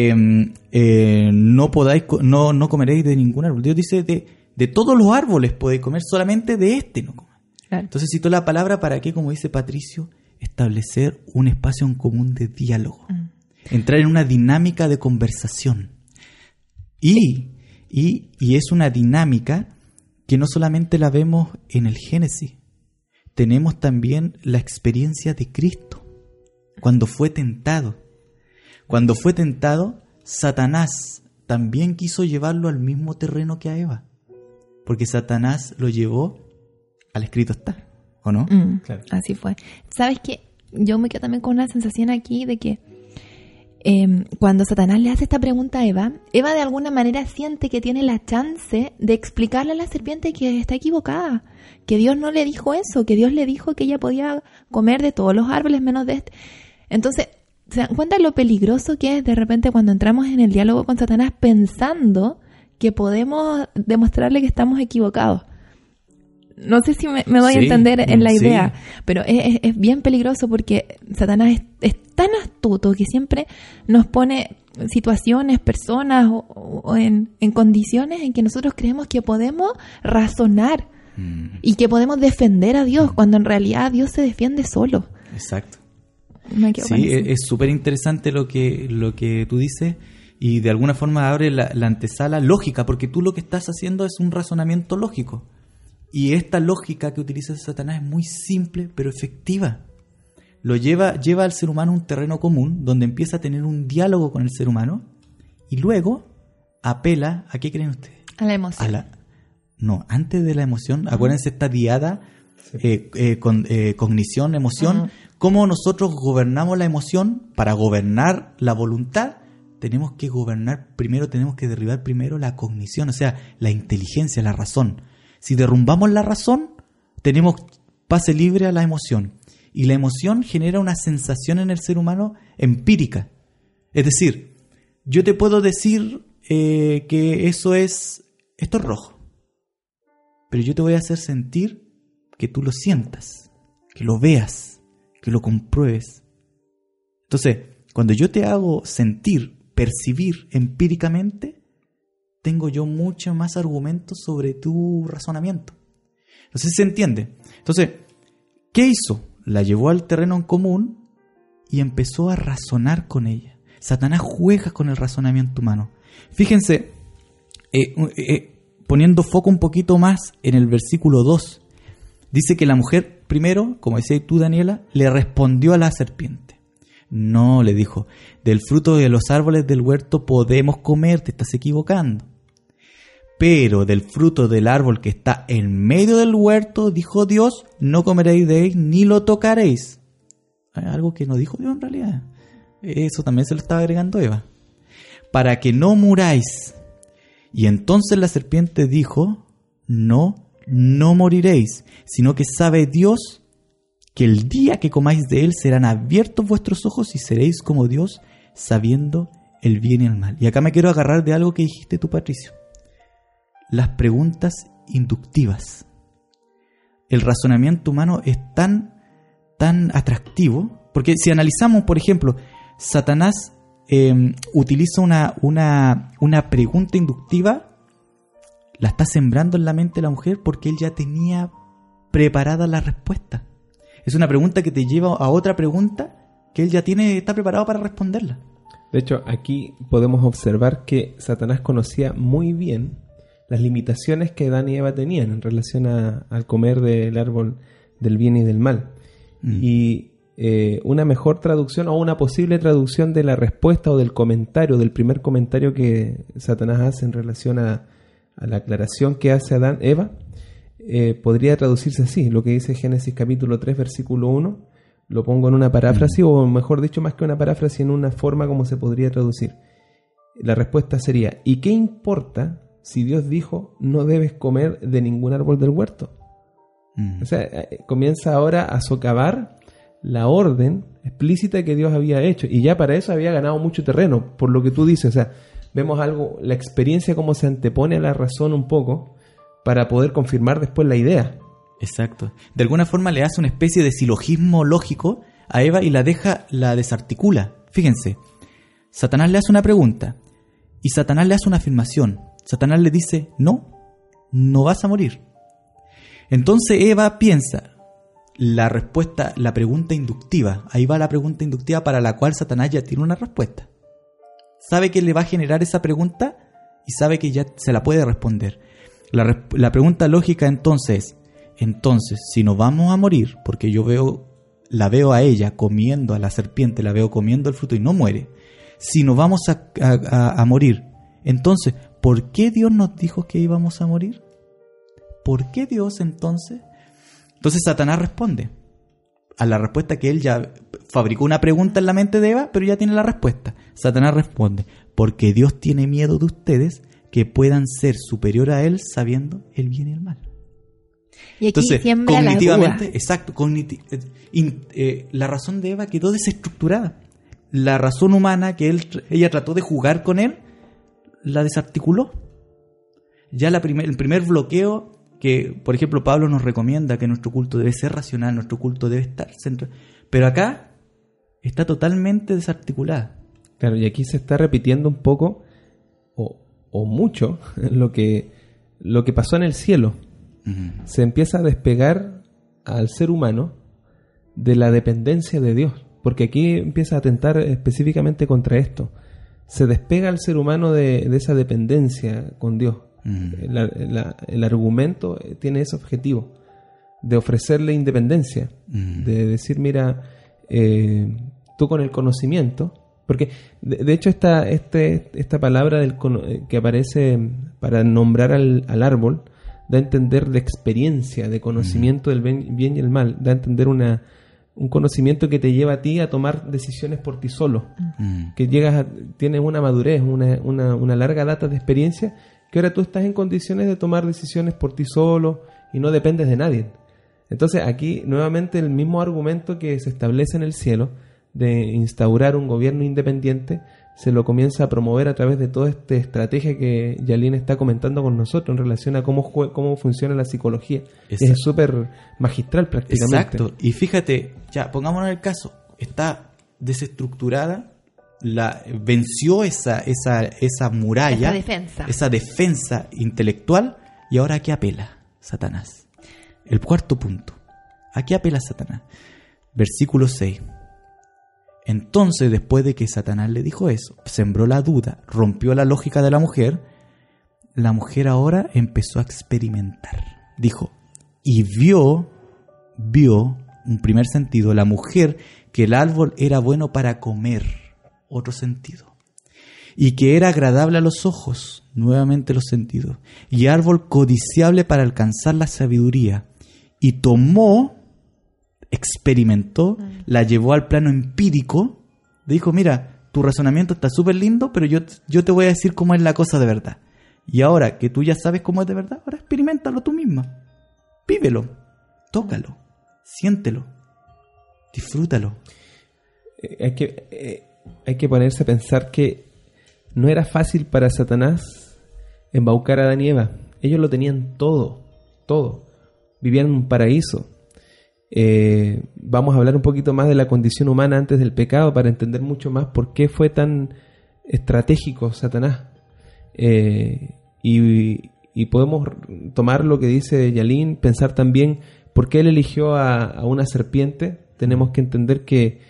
no comeréis de ningún árbol. Dios dice, de todos los árboles podéis comer, solamente de este no coman. Claro. Entonces citó la palabra para que, como dice Patricio, establecer un espacio en común de diálogo. Entrar en una dinámica de conversación. Y es una dinámica que no solamente la vemos en el Génesis. Tenemos también la experiencia de Cristo. Cuando fue tentado. Cuando fue tentado, Satanás también quiso llevarlo al mismo terreno que a Eva. Porque Satanás lo llevó al escrito está, ¿o no? Claro. Así fue. ¿Sabes qué? Yo me quedo también con una sensación aquí de que cuando Satanás le hace esta pregunta a Eva de alguna manera siente que tiene la chance de explicarle a la serpiente que está equivocada, que Dios no le dijo eso, que Dios le dijo que ella podía comer de todos los árboles menos de este. Entonces, ¿se dan cuenta lo peligroso que es de repente cuando entramos en el diálogo con Satanás pensando que podemos demostrarle que estamos equivocados? No sé si me voy a entender en la idea, pero es bien peligroso porque Satanás es tan astuto que siempre nos pone situaciones, personas o en condiciones en que nosotros creemos que podemos razonar y que podemos defender a Dios, cuando en realidad Dios se defiende solo. Exacto. Me quedo con eso. Es súper interesante lo que tú dices, y de alguna forma abre la antesala lógica, porque tú lo que estás haciendo es un razonamiento lógico. Y esta lógica que utiliza Satanás es muy simple, pero efectiva. Lo lleva al ser humano a un terreno común, donde empieza a tener un diálogo con el ser humano, y luego apela, ¿a qué creen ustedes? A la emoción. No, antes de la emoción, acuérdense esta diada, cognición, emoción, cómo nosotros gobernamos la emoción. Para gobernar la voluntad, tenemos que derribar primero la cognición, o sea, la inteligencia, la razón. Si derrumbamos la razón, tenemos pase libre a la emoción. Y la emoción genera una sensación en el ser humano empírica. Es decir, yo te puedo decir que esto es rojo. Pero yo te voy a hacer sentir que tú lo sientas, que lo veas, que lo compruebes. Entonces, cuando yo te hago sentir, percibir empíricamente, tengo yo mucho más argumentos sobre tu razonamiento. No sé si se entiende. Entonces, ¿qué hizo? La llevó al terreno en común y empezó a razonar con ella. Satanás juega con el razonamiento humano. Fíjense, poniendo foco un poquito más en el versículo 2, dice que la mujer primero, como decías tú, Daniela, le respondió a la serpiente. No, le dijo, del fruto de los árboles del huerto podemos comer, te estás equivocando. Pero del fruto del árbol que está en medio del huerto, dijo Dios, no comeréis de él ni lo tocaréis. Algo que no dijo Dios en realidad. Eso también se lo estaba agregando Eva. Para que no muráis. Y entonces la serpiente dijo, no moriréis, sino que sabe Dios que el día que comáis de él serán abiertos vuestros ojos y seréis como Dios, sabiendo el bien y el mal. Y acá me quiero agarrar de algo que dijiste tú, Patricio. Las preguntas inductivas. El razonamiento humano es tan atractivo, porque si analizamos, por ejemplo, Satanás utiliza una pregunta inductiva, la está sembrando en la mente de la mujer porque él ya tenía preparada la respuesta. Es una pregunta que te lleva a otra pregunta que él ya está preparado para responderla. De hecho, aquí podemos observar que Satanás conocía muy bien las limitaciones que Adán y Eva tenían en relación al comer del árbol del bien y del mal. Y una mejor traducción o una posible traducción de la respuesta o del comentario, del primer comentario que Satanás hace en relación a la aclaración que hace Eva, podría traducirse así, lo que dice Génesis capítulo 3, versículo 1, lo pongo en una paráfrasis, o mejor dicho, más que una paráfrasis, en una forma como se podría traducir. La respuesta sería, ¿y qué importa si Dios dijo, no debes comer de ningún árbol del huerto? O sea, comienza ahora a socavar la orden explícita que Dios había hecho, y ya para eso había ganado mucho terreno, por lo que tú dices. O sea, vemos algo, la experiencia como se antepone a la razón un poco, para poder confirmar después la idea. Exacto. De alguna forma le hace una especie de silogismo lógico a Eva y la desarticula. Fíjense, Satanás le hace una pregunta y Satanás le hace una afirmación. Satanás le dice, no vas a morir. Entonces Eva piensa, la respuesta, la pregunta inductiva, ahí va la pregunta inductiva para la cual Satanás ya tiene una respuesta. Sabe que le va a generar esa pregunta y sabe que ya se la puede responder. La pregunta lógica entonces, si nos vamos a morir, porque la veo a ella comiendo a la serpiente, la veo comiendo el fruto y no muere, si nos vamos a morir, entonces, ¿por qué Dios nos dijo que íbamos a morir? ¿Por qué Dios entonces? Entonces Satanás responde a la respuesta que él ya fabricó una pregunta en la mente de Eva, pero ya tiene la respuesta. Satanás responde, porque Dios tiene miedo de ustedes que puedan ser superior a él sabiendo el bien y el mal. Y aquí entonces, siembra cognitivamente, la duda. exacto, la razón de Eva quedó desestructurada. La razón humana que ella trató de jugar con él, la desarticuló. Ya el primer bloqueo que, por ejemplo, Pablo nos recomienda que nuestro culto debe ser racional, nuestro culto debe estar centrado. Pero acá está totalmente desarticulada. Claro, y aquí se está repitiendo un poco o mucho lo que pasó en el cielo. Uh-huh. Se empieza a despegar al ser humano de la dependencia de Dios, porque aquí empieza a atentar específicamente contra esto. se despega al ser humano de esa dependencia con Dios. El argumento tiene ese objetivo de ofrecerle independencia, de decir, mira, tú con el conocimiento, porque de hecho esta palabra que aparece para nombrar al árbol da a entender de experiencia, de conocimiento del bien y el mal, da a entender un conocimiento que te lleva a ti a tomar decisiones por ti solo, que tienes una madurez, una larga data de experiencia, que ahora tú estás en condiciones de tomar decisiones por ti solo y no dependes de nadie. Entonces aquí nuevamente el mismo argumento que se establece en el cielo de instaurar un gobierno independiente se lo comienza a promover a través de toda esta estrategia que Yalin está comentando con nosotros en relación a cómo funciona la psicología. Es súper magistral prácticamente. Exacto. Y fíjate, ya pongámonos en el caso, está desestructurada, venció esa muralla, esa defensa intelectual, y ahora ¿a qué apela Satanás? El cuarto punto. ¿A qué apela Satanás? Versículo 6. Entonces, después de que Satanás le dijo eso, sembró la duda, rompió la lógica de la mujer ahora empezó a experimentar. Dijo, y vio, un primer sentido, la mujer, que el árbol era bueno para comer, otro sentido, y que era agradable a los ojos, nuevamente los sentidos, y árbol codiciable para alcanzar la sabiduría, y tomó, experimentó, la llevó al plano empírico, dijo, mira, tu razonamiento está súper lindo, pero yo te voy a decir cómo es la cosa de verdad. Y ahora que tú ya sabes cómo es de verdad, ahora experiméntalo tú misma. Vívelo, tócalo, siéntelo, disfrútalo. Hay que ponerse a pensar que no era fácil para Satanás embaucar a Adán y Eva. Ellos lo tenían todo. Vivían en un paraíso. Vamos a hablar un poquito más de la condición humana antes del pecado para entender mucho más por qué fue tan estratégico Satanás. Y podemos tomar lo que dice Yalin, pensar también por qué él eligió a una serpiente. Tenemos que entender que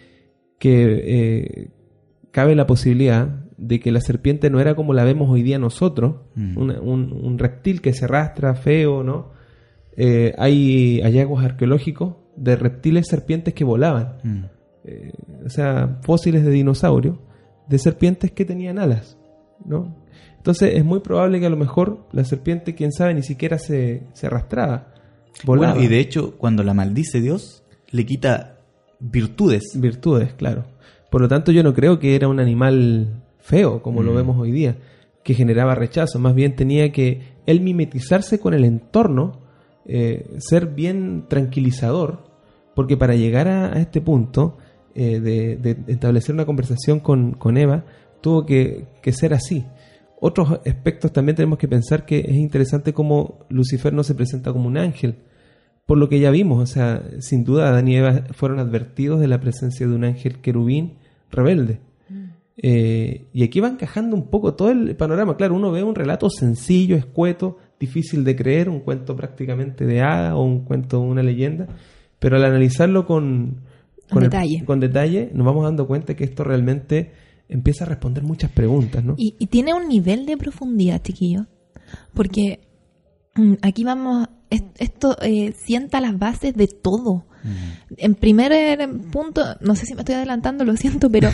cabe la posibilidad de que la serpiente no era como la vemos hoy día nosotros, un reptil que se arrastra feo, ¿no? Hay hallazgos arqueológicos de reptiles serpientes que volaban, o sea, fósiles de dinosaurios de serpientes que tenían alas, ¿no? Entonces es muy probable que a lo mejor la serpiente, quién sabe, ni siquiera se arrastraba, volaba. Bueno, y de hecho, cuando la maldice Dios, le quita virtudes, claro. Por lo tanto, yo no creo que era un animal feo, como lo vemos hoy día, que generaba rechazo. Más bien tenía que él mimetizarse con el entorno, ser bien tranquilizador, porque para llegar a este punto de establecer una conversación con Eva, tuvo que ser así. Otros aspectos también tenemos que pensar que es interesante cómo Lucifer no se presenta como un ángel, por lo que ya vimos. O sea, sin duda Adán y Eva fueron advertidos de la presencia de un ángel querubín rebelde. Y aquí va encajando un poco todo el panorama. Claro, uno ve un relato sencillo, escueto, difícil de creer, un cuento prácticamente de hada o un cuento, una leyenda, pero al analizarlo con detalle nos vamos dando cuenta que esto realmente empieza a responder muchas preguntas, ¿no? Y tiene un nivel de profundidad, chiquillo, porque aquí vamos, esto sienta las bases de todo. En primer punto, no sé si me estoy adelantando, lo siento, pero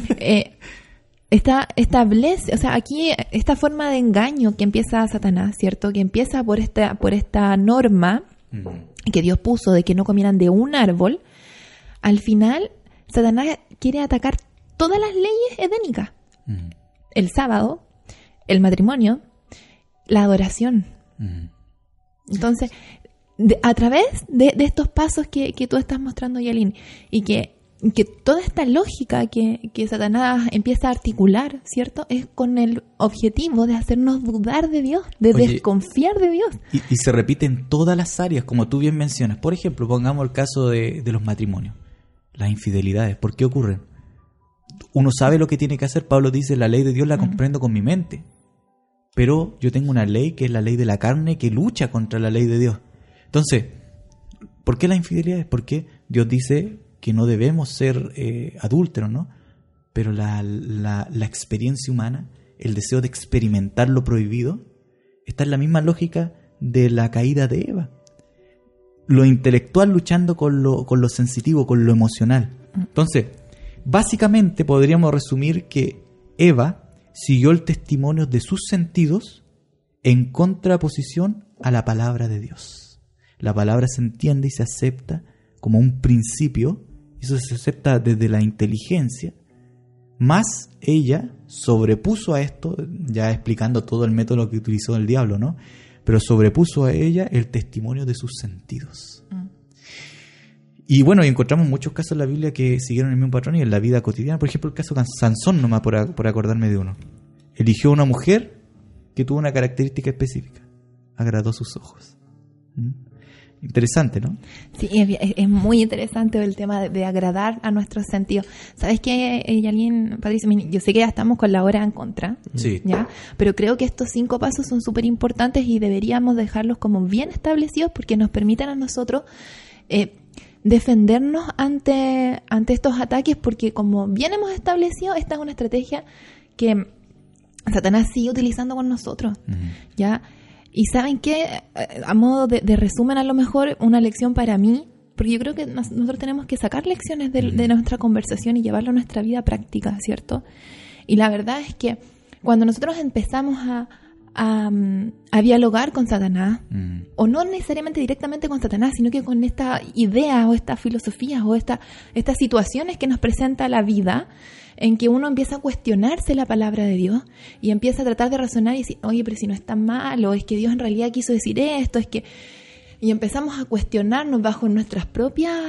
establece, o sea, aquí esta forma de engaño que empieza Satanás, ¿cierto? Que empieza por esta norma que Dios puso de que no comieran de un árbol. Al final, Satanás quiere atacar todas las leyes edénicas. El sábado, el matrimonio, la adoración. Entonces, a través de estos pasos que tú estás mostrando, Yalin, y que toda esta lógica que Satanás empieza a articular, ¿cierto? Es con el objetivo de hacernos dudar de Dios, de desconfiar de Dios. Y se repite en todas las áreas, como tú bien mencionas. Por ejemplo, pongamos el caso de los matrimonios, las infidelidades. ¿Por qué ocurren? Uno sabe lo que tiene que hacer. Pablo dice, la ley de Dios la comprendo con mi mente. Pero yo tengo una ley que es la ley de la carne que lucha contra la ley de Dios. Entonces, ¿por qué las infidelidades? Porque Dios dice que no debemos ser adúlteros, ¿no? pero la experiencia humana, el deseo de experimentar lo prohibido, está en la misma lógica de la caída de Eva. Lo intelectual luchando con lo sensitivo, con lo emocional. Entonces, básicamente podríamos resumir que Eva siguió el testimonio de sus sentidos en contraposición a la palabra de Dios. La palabra se entiende y se acepta como un principio, y eso se acepta desde la inteligencia, más ella sobrepuso a esto, ya explicando todo el método que utilizó el diablo, ¿no? Pero sobrepuso a ella el testimonio de sus sentidos. Y bueno, y encontramos muchos casos en la Biblia que siguieron el mismo patrón y en la vida cotidiana. Por ejemplo, el caso de Sansón, nomás por acordarme de uno. Eligió una mujer que tuvo una característica específica. Agradó sus ojos. Interesante, ¿no? Sí, es muy interesante el tema de agradar a nuestros sentidos. ¿Sabes qué, Yalín, Patricia? Yo sé que ya estamos con la hora en contra, sí, ¿ya? Pero creo que estos 5 pasos son súper importantes y deberíamos dejarlos como bien establecidos porque nos permiten a nosotros defendernos ante estos ataques, porque como bien hemos establecido, esta es una estrategia que Satanás sigue utilizando con nosotros, ¿ya? Y ¿saben qué? A modo de resumen, a lo mejor, una lección para mí, porque yo creo que nosotros tenemos que sacar lecciones de nuestra conversación y llevarlo a nuestra vida práctica, ¿cierto? Y la verdad es que cuando nosotros empezamos a dialogar con Satanás, o no necesariamente directamente con Satanás, sino que con esta idea o estas filosofías o estas situaciones que nos presenta la vida, en que uno empieza a cuestionarse la palabra de Dios y empieza a tratar de razonar y decir, oye, pero si no es tan malo, es que Dios en realidad quiso decir esto, y empezamos a cuestionarnos bajo nuestras propias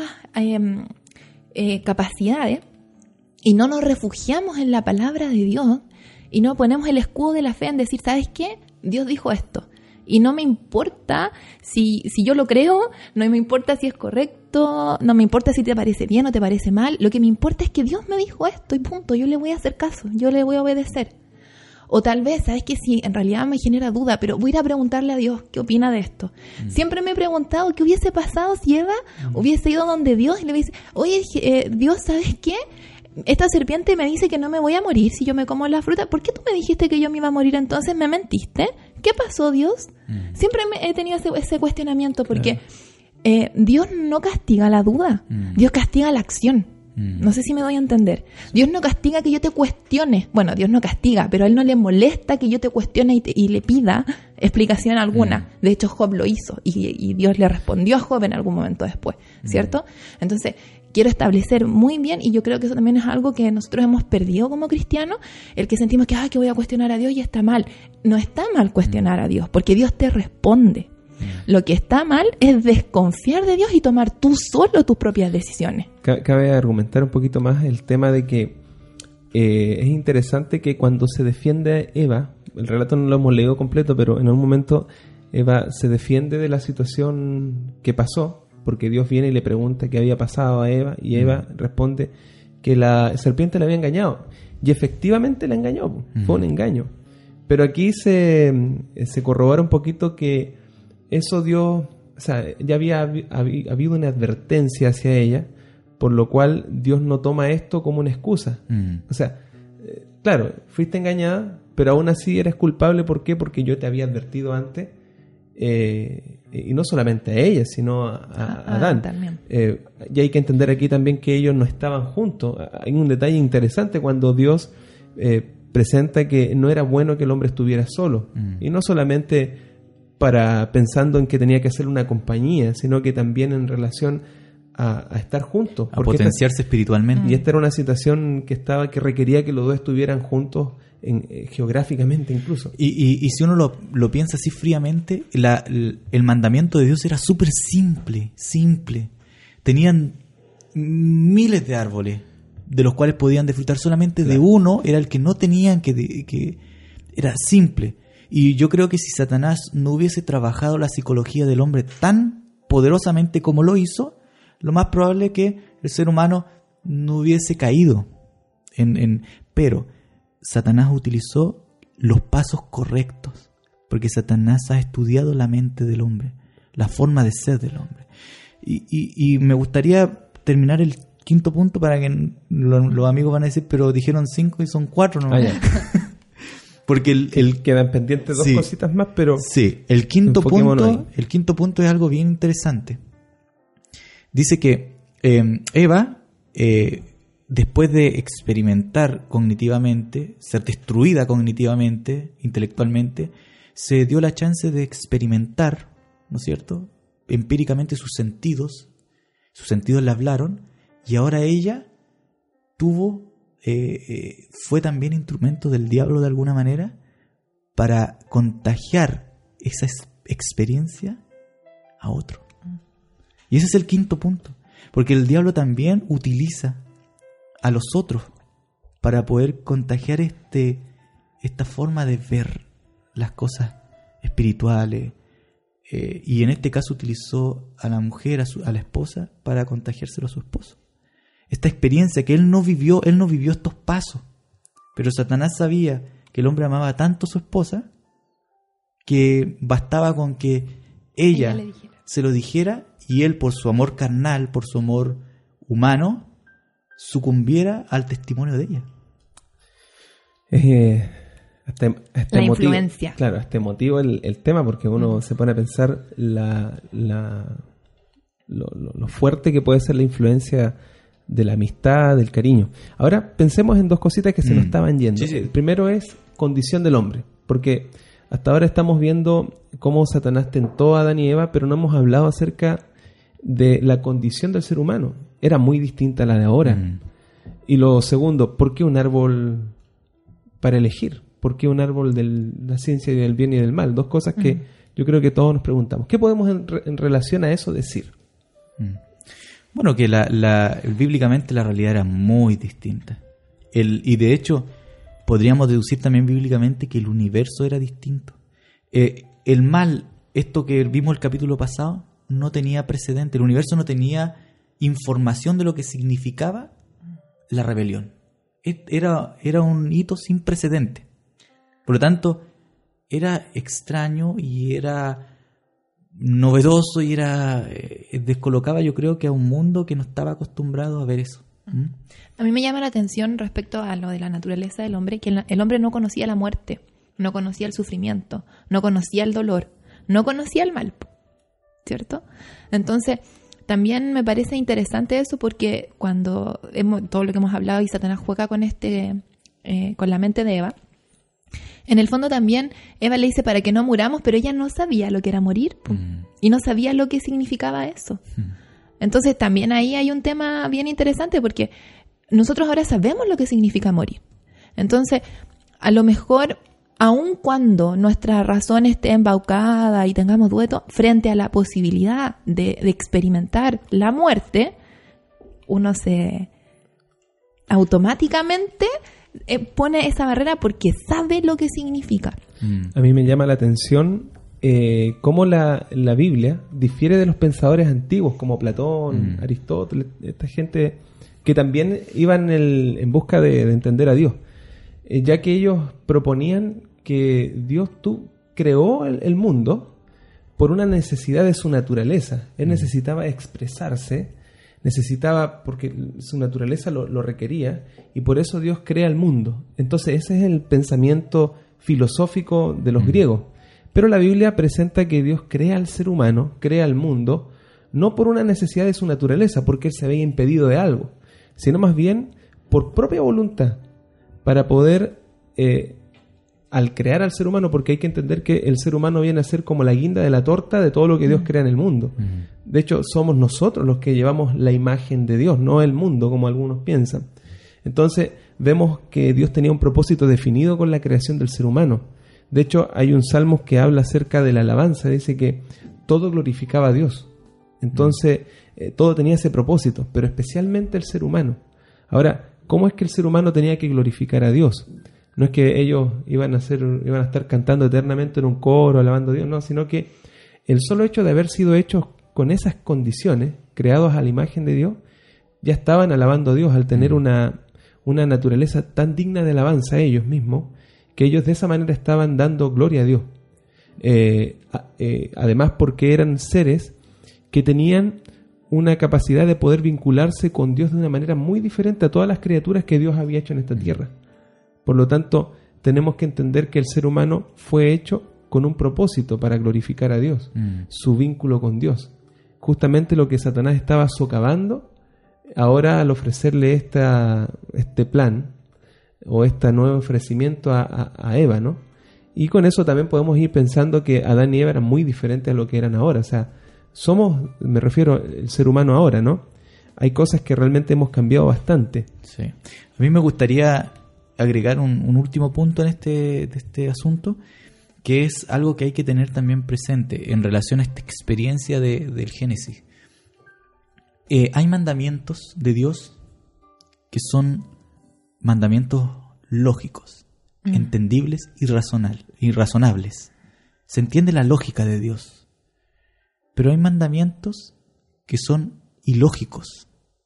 capacidades y no nos refugiamos en la palabra de Dios y no ponemos el escudo de la fe en decir, ¿sabes qué? Dios dijo esto. Y no me importa si yo lo creo, no me importa si es correcto, no me importa si te parece bien o te parece mal. Lo que me importa es que Dios me dijo esto y punto. Yo le voy a hacer caso, yo le voy a obedecer. O tal vez, ¿sabes qué? Sí, en realidad me genera duda, pero voy a ir a preguntarle a Dios qué opina de esto. Siempre me he preguntado qué hubiese pasado si Eva hubiese ido donde Dios y le hubiese, oye, Dios, ¿sabes qué? Esta serpiente me dice que no me voy a morir si yo me como la fruta. ¿Por qué tú me dijiste que yo me iba a morir entonces? ¿Me mentiste? ¿Qué pasó, Dios? Siempre he tenido ese cuestionamiento porque Dios no castiga la duda. Dios castiga la acción. No sé si me doy a entender. Dios no castiga que yo te cuestione. Bueno, Dios no castiga, pero a Él no le molesta que yo te cuestione y le pida explicación alguna. De hecho, Job lo hizo y Dios le respondió a Job en algún momento después, ¿cierto? Entonces, quiero establecer muy bien, y yo creo que eso también es algo que nosotros hemos perdido como cristianos, el que sentimos que voy a cuestionar a Dios y está mal. No está mal cuestionar a Dios, porque Dios te responde. Lo que está mal es desconfiar de Dios y tomar tú solo tus propias decisiones. Cabe argumentar un poquito más el tema de que es interesante que cuando se defiende Eva, el relato no lo hemos leído completo, pero en un momento Eva se defiende de la situación que pasó, porque Dios viene y le pregunta qué había pasado a Eva, y Eva responde que la serpiente le había engañado, y efectivamente la engañó, fue un engaño. Pero aquí se corrobora un poquito que eso Dios, o sea, ya había habido una advertencia hacia ella, por lo cual Dios no toma esto como una excusa. O sea, claro, fuiste engañada, pero aún así eres culpable. ¿Por qué? Porque yo te había advertido antes, y no solamente a ella, sino a Adán. También. Y hay que entender aquí también que ellos no estaban juntos. Hay un detalle interesante cuando Dios presenta que no era bueno que el hombre estuviera solo. Y no solamente pensando en que tenía que hacer una compañía, sino que también en relación a estar juntos. A potenciarse espiritualmente. Y esta era una situación que requería que los dos estuvieran juntos geográficamente incluso. Y si uno lo piensa así fríamente, el mandamiento de Dios era súper simple. Tenían miles de árboles, de los cuales podían disfrutar. Solamente de uno era el que no tenían, que era simple. Y yo creo que si Satanás no hubiese trabajado la psicología del hombre tan poderosamente como lo hizo, lo más probable es que el ser humano no hubiese caído. Pero Satanás utilizó los pasos correctos, porque Satanás ha estudiado la mente del hombre, la forma de ser del hombre. Y me gustaría terminar el quinto punto para que los amigos van a decir, pero dijeron 5 y son 4, ¿no? Porque quedan pendientes 2 cositas más, pero sí, el quinto punto es algo bien interesante. Dice que Eva, después de experimentar cognitivamente, ser destruida cognitivamente, intelectualmente, se dio la chance de experimentar, ¿no es cierto?, empíricamente sus sentidos le hablaron, y ahora ella fue también instrumento del diablo de alguna manera para contagiar esa experiencia a otro. Y ese es el quinto punto, porque el diablo también utiliza a los otros para poder contagiar esta forma de ver las cosas espirituales, y en este caso utilizó a la mujer, a la esposa, para contagiárselo a su esposo. Esta experiencia que él no vivió estos pasos, pero Satanás sabía que el hombre amaba tanto a su esposa que bastaba con que ella se lo dijera, y él, por su amor carnal, por su amor humano, sucumbiera al testimonio de ella. La influencia. Claro, este motivo el tema, porque uno se pone a pensar lo fuerte que puede ser la influencia de la amistad, del cariño. Ahora pensemos en 2 cositas que se nos estaban yendo. Sí. El primero es condición del hombre, porque hasta ahora estamos viendo cómo Satanás tentó a Adán y Eva, pero no hemos hablado acerca de la condición del ser humano. Era muy distinta a la de ahora. Y lo segundo, ¿por qué un árbol para elegir? ¿Por qué un árbol de la ciencia del bien y del mal? 2 cosas que yo creo que todos nos preguntamos. ¿Qué podemos en relación a eso decir? Bueno, que bíblicamente la realidad era muy distinta. Y de hecho, podríamos deducir también bíblicamente que el universo era distinto. El mal, esto que vimos el capítulo pasado, no tenía precedente. El universo no tenía información de lo que significaba la rebelión. Era un hito sin precedente. Por lo tanto, era extraño y era novedoso y descolocaba, yo creo, que a un mundo que no estaba acostumbrado a ver eso. A mí me llama la atención respecto a lo de la naturaleza del hombre, que el hombre no conocía la muerte, no conocía el sufrimiento, no conocía el dolor, no conocía el mal, ¿cierto? Entonces, también me parece interesante eso, porque cuando todo lo que hemos hablado y Satanás juega con con la mente de Eva, en el fondo también Eva le dice para que no muramos, pero ella no sabía lo que era morir y no sabía lo que significaba eso. Entonces también ahí hay un tema bien interesante, porque nosotros ahora sabemos lo que significa morir. Entonces, a lo mejor, aun cuando nuestra razón esté embaucada y tengamos dueto frente a la posibilidad de experimentar la muerte, uno se automáticamente pone esa barrera porque sabe lo que significa. A mí me llama la atención cómo la Biblia difiere de los pensadores antiguos como Platón, Aristóteles, esta gente que también iban en busca de entender a Dios, ya que ellos proponían que Dios creó el mundo por una necesidad de su naturaleza. Él necesitaba expresarse, porque su naturaleza lo requería, y por eso Dios crea el mundo. Entonces ese es el pensamiento filosófico de los griegos. Pero la Biblia presenta que Dios crea al ser humano, crea el mundo, no por una necesidad de su naturaleza, porque Él se había impedido de algo, sino más bien por propia voluntad, para poder, al crear al ser humano, porque hay que entender que el ser humano viene a ser como la guinda de la torta de todo lo que Dios crea en el mundo. De hecho, somos nosotros los que llevamos la imagen de Dios, no el mundo, como algunos piensan. Entonces, vemos que Dios tenía un propósito definido con la creación del ser humano. De hecho, hay un salmo que habla acerca de la alabanza, dice que todo glorificaba a Dios. Entonces, todo tenía ese propósito, pero especialmente el ser humano. Ahora, ¿cómo es que el ser humano tenía que glorificar a Dios? No es que ellos iban a estar cantando eternamente en un coro, alabando a Dios, no, sino que el solo hecho de haber sido hechos con esas condiciones, creados a la imagen de Dios, ya estaban alabando a Dios al tener una naturaleza tan digna de alabanza a ellos mismos, que ellos de esa manera estaban dando gloria a Dios. Además, porque eran seres que tenían una capacidad de poder vincularse con Dios de una manera muy diferente a todas las criaturas que Dios había hecho en esta tierra. Por lo tanto, tenemos que entender que el ser humano fue hecho con un propósito para glorificar a Dios, su vínculo con Dios. Justamente lo que Satanás estaba socavando, ahora al ofrecerle este plan o este nuevo ofrecimiento a Eva, ¿no? Y con eso también podemos ir pensando que Adán y Eva eran muy diferentes a lo que eran ahora. O sea, me refiero al ser humano ahora, ¿no? Hay cosas que realmente hemos cambiado bastante. Sí. A mí me gustaría agregar un último punto en este asunto, que es algo que hay que tener también presente en relación a esta experiencia del Génesis. Hay mandamientos de Dios que son mandamientos lógicos, entendibles y razonables. Se entiende la lógica de Dios. Pero hay mandamientos que son ilógicos,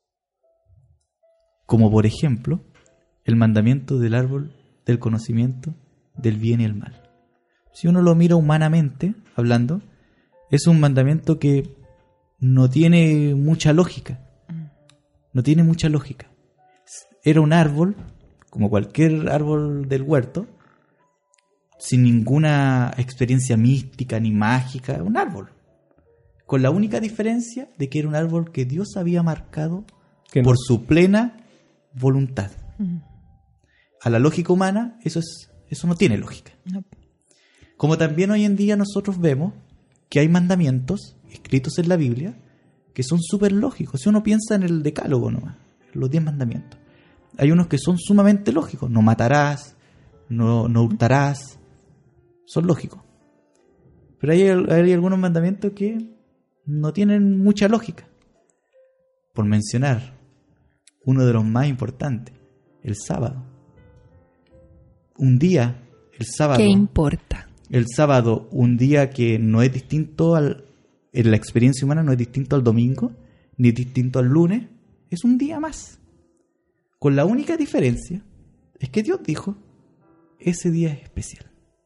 como por ejemplo el mandamiento del árbol del conocimiento del bien y el mal. Si uno lo mira humanamente hablando, es un mandamiento que no tiene mucha lógica. No tiene mucha lógica. Era un árbol, como cualquier árbol del huerto, sin ninguna experiencia mística ni mágica, un árbol. Con la única diferencia de que era un árbol que Dios había marcado por su plena voluntad. A la lógica humana, eso no tiene lógica. No. Como también hoy en día nosotros vemos que hay mandamientos escritos en la Biblia que son súper lógicos. Si uno piensa en el decálogo nomás, los 10 mandamientos, hay unos que son sumamente lógicos. No matarás, no hurtarás, son lógicos. Pero hay algunos mandamientos que no tienen mucha lógica. Por mencionar uno de los más importantes, el sábado. Un día, el sábado... ¿Qué importa? El sábado, un día que no es distinto en la experiencia humana, no es distinto al domingo, ni distinto al lunes, es un día más. Con la única diferencia es que Dios dijo, ese día es especial.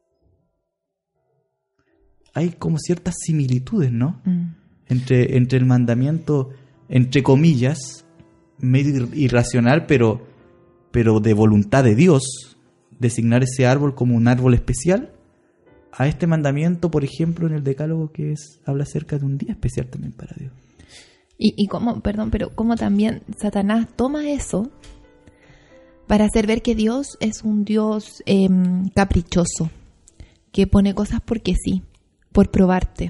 Hay como ciertas similitudes, ¿no? Entre el mandamiento, entre comillas, medio irracional, pero de voluntad de Dios, designar ese árbol como un árbol especial, a este mandamiento, por ejemplo, en el Decálogo, que habla acerca de un día especial también para Dios. Y cómo, perdón, pero cómo también Satanás toma eso para hacer ver que Dios es un Dios caprichoso, que pone cosas porque sí, por probarte,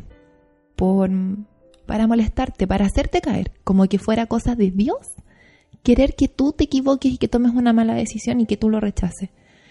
para molestarte, para hacerte caer, como que fuera cosa de Dios, querer que tú te equivoques y que tomes una mala decisión y que tú lo rechaces.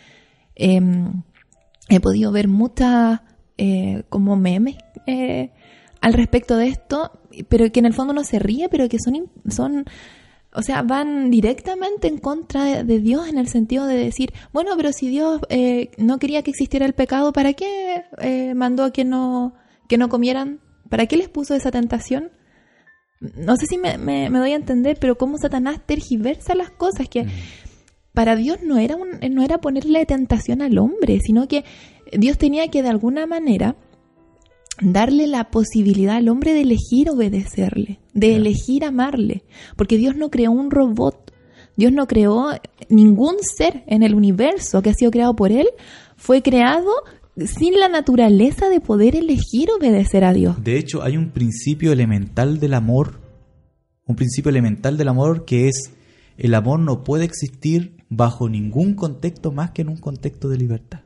He podido ver muchas como memes al respecto de esto, pero que en el fondo uno se ríe, pero que son o sea, van directamente en contra de Dios, en el sentido de decir, bueno, pero si Dios no quería que existiera el pecado, ¿para qué mandó que no comieran? ¿Para qué les puso esa tentación? No sé si me doy a entender, pero cómo Satanás tergiversa las cosas, que para Dios no era ponerle tentación al hombre, sino que Dios tenía que de alguna manera darle la posibilidad al hombre de elegir obedecerle, de elegir amarle, porque Dios no creó un robot, Dios no creó ningún ser en el universo que ha sido creado por Él, fue creado sin la naturaleza de poder elegir obedecer a Dios. De hecho, hay un principio elemental del amor, que es: el amor no puede existir bajo ningún contexto más que en un contexto de libertad.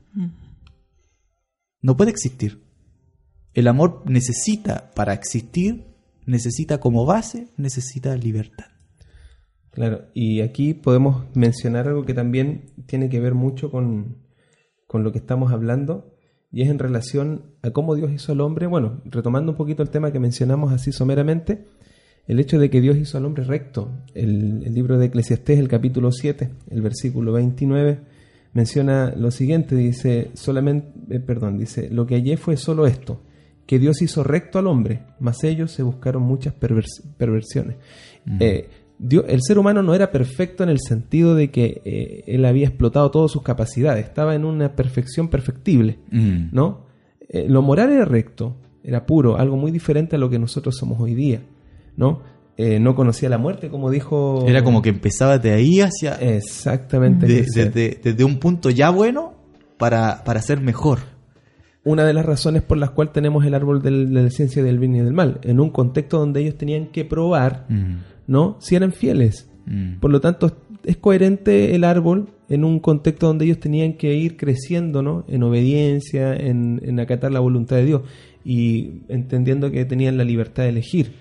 No puede existir. El amor para existir, necesita como base, necesita libertad. Claro, y aquí podemos mencionar algo que también tiene que ver mucho con lo que estamos hablando, y es en relación a cómo Dios hizo al hombre. Bueno, retomando un poquito el tema que mencionamos así someramente, el hecho de que Dios hizo al hombre recto. El libro de Eclesiastés, el capítulo 7, el versículo 29, menciona lo siguiente, dice, lo que hallé fue solo esto, que Dios hizo recto al hombre, mas ellos se buscaron muchas perversiones. El ser humano no era perfecto en el sentido de que él había explotado todas sus capacidades, estaba en una perfección perfectible, ¿no? Lo moral era recto, era puro, algo muy diferente a lo que nosotros somos hoy día, ¿no? no conocía la muerte, como dijo... Era como que empezaba de ahí hacia... Exactamente. Desde un punto ya bueno para ser mejor. Una de las razones por las cuales tenemos el árbol de la ciencia del bien y del mal, en un contexto donde ellos tenían que probar, ¿no?, si eran fieles. Por lo tanto, es coherente el árbol en un contexto donde ellos tenían que ir creciendo, ¿no?, en obediencia, en acatar la voluntad de Dios y entendiendo que tenían la libertad de elegir.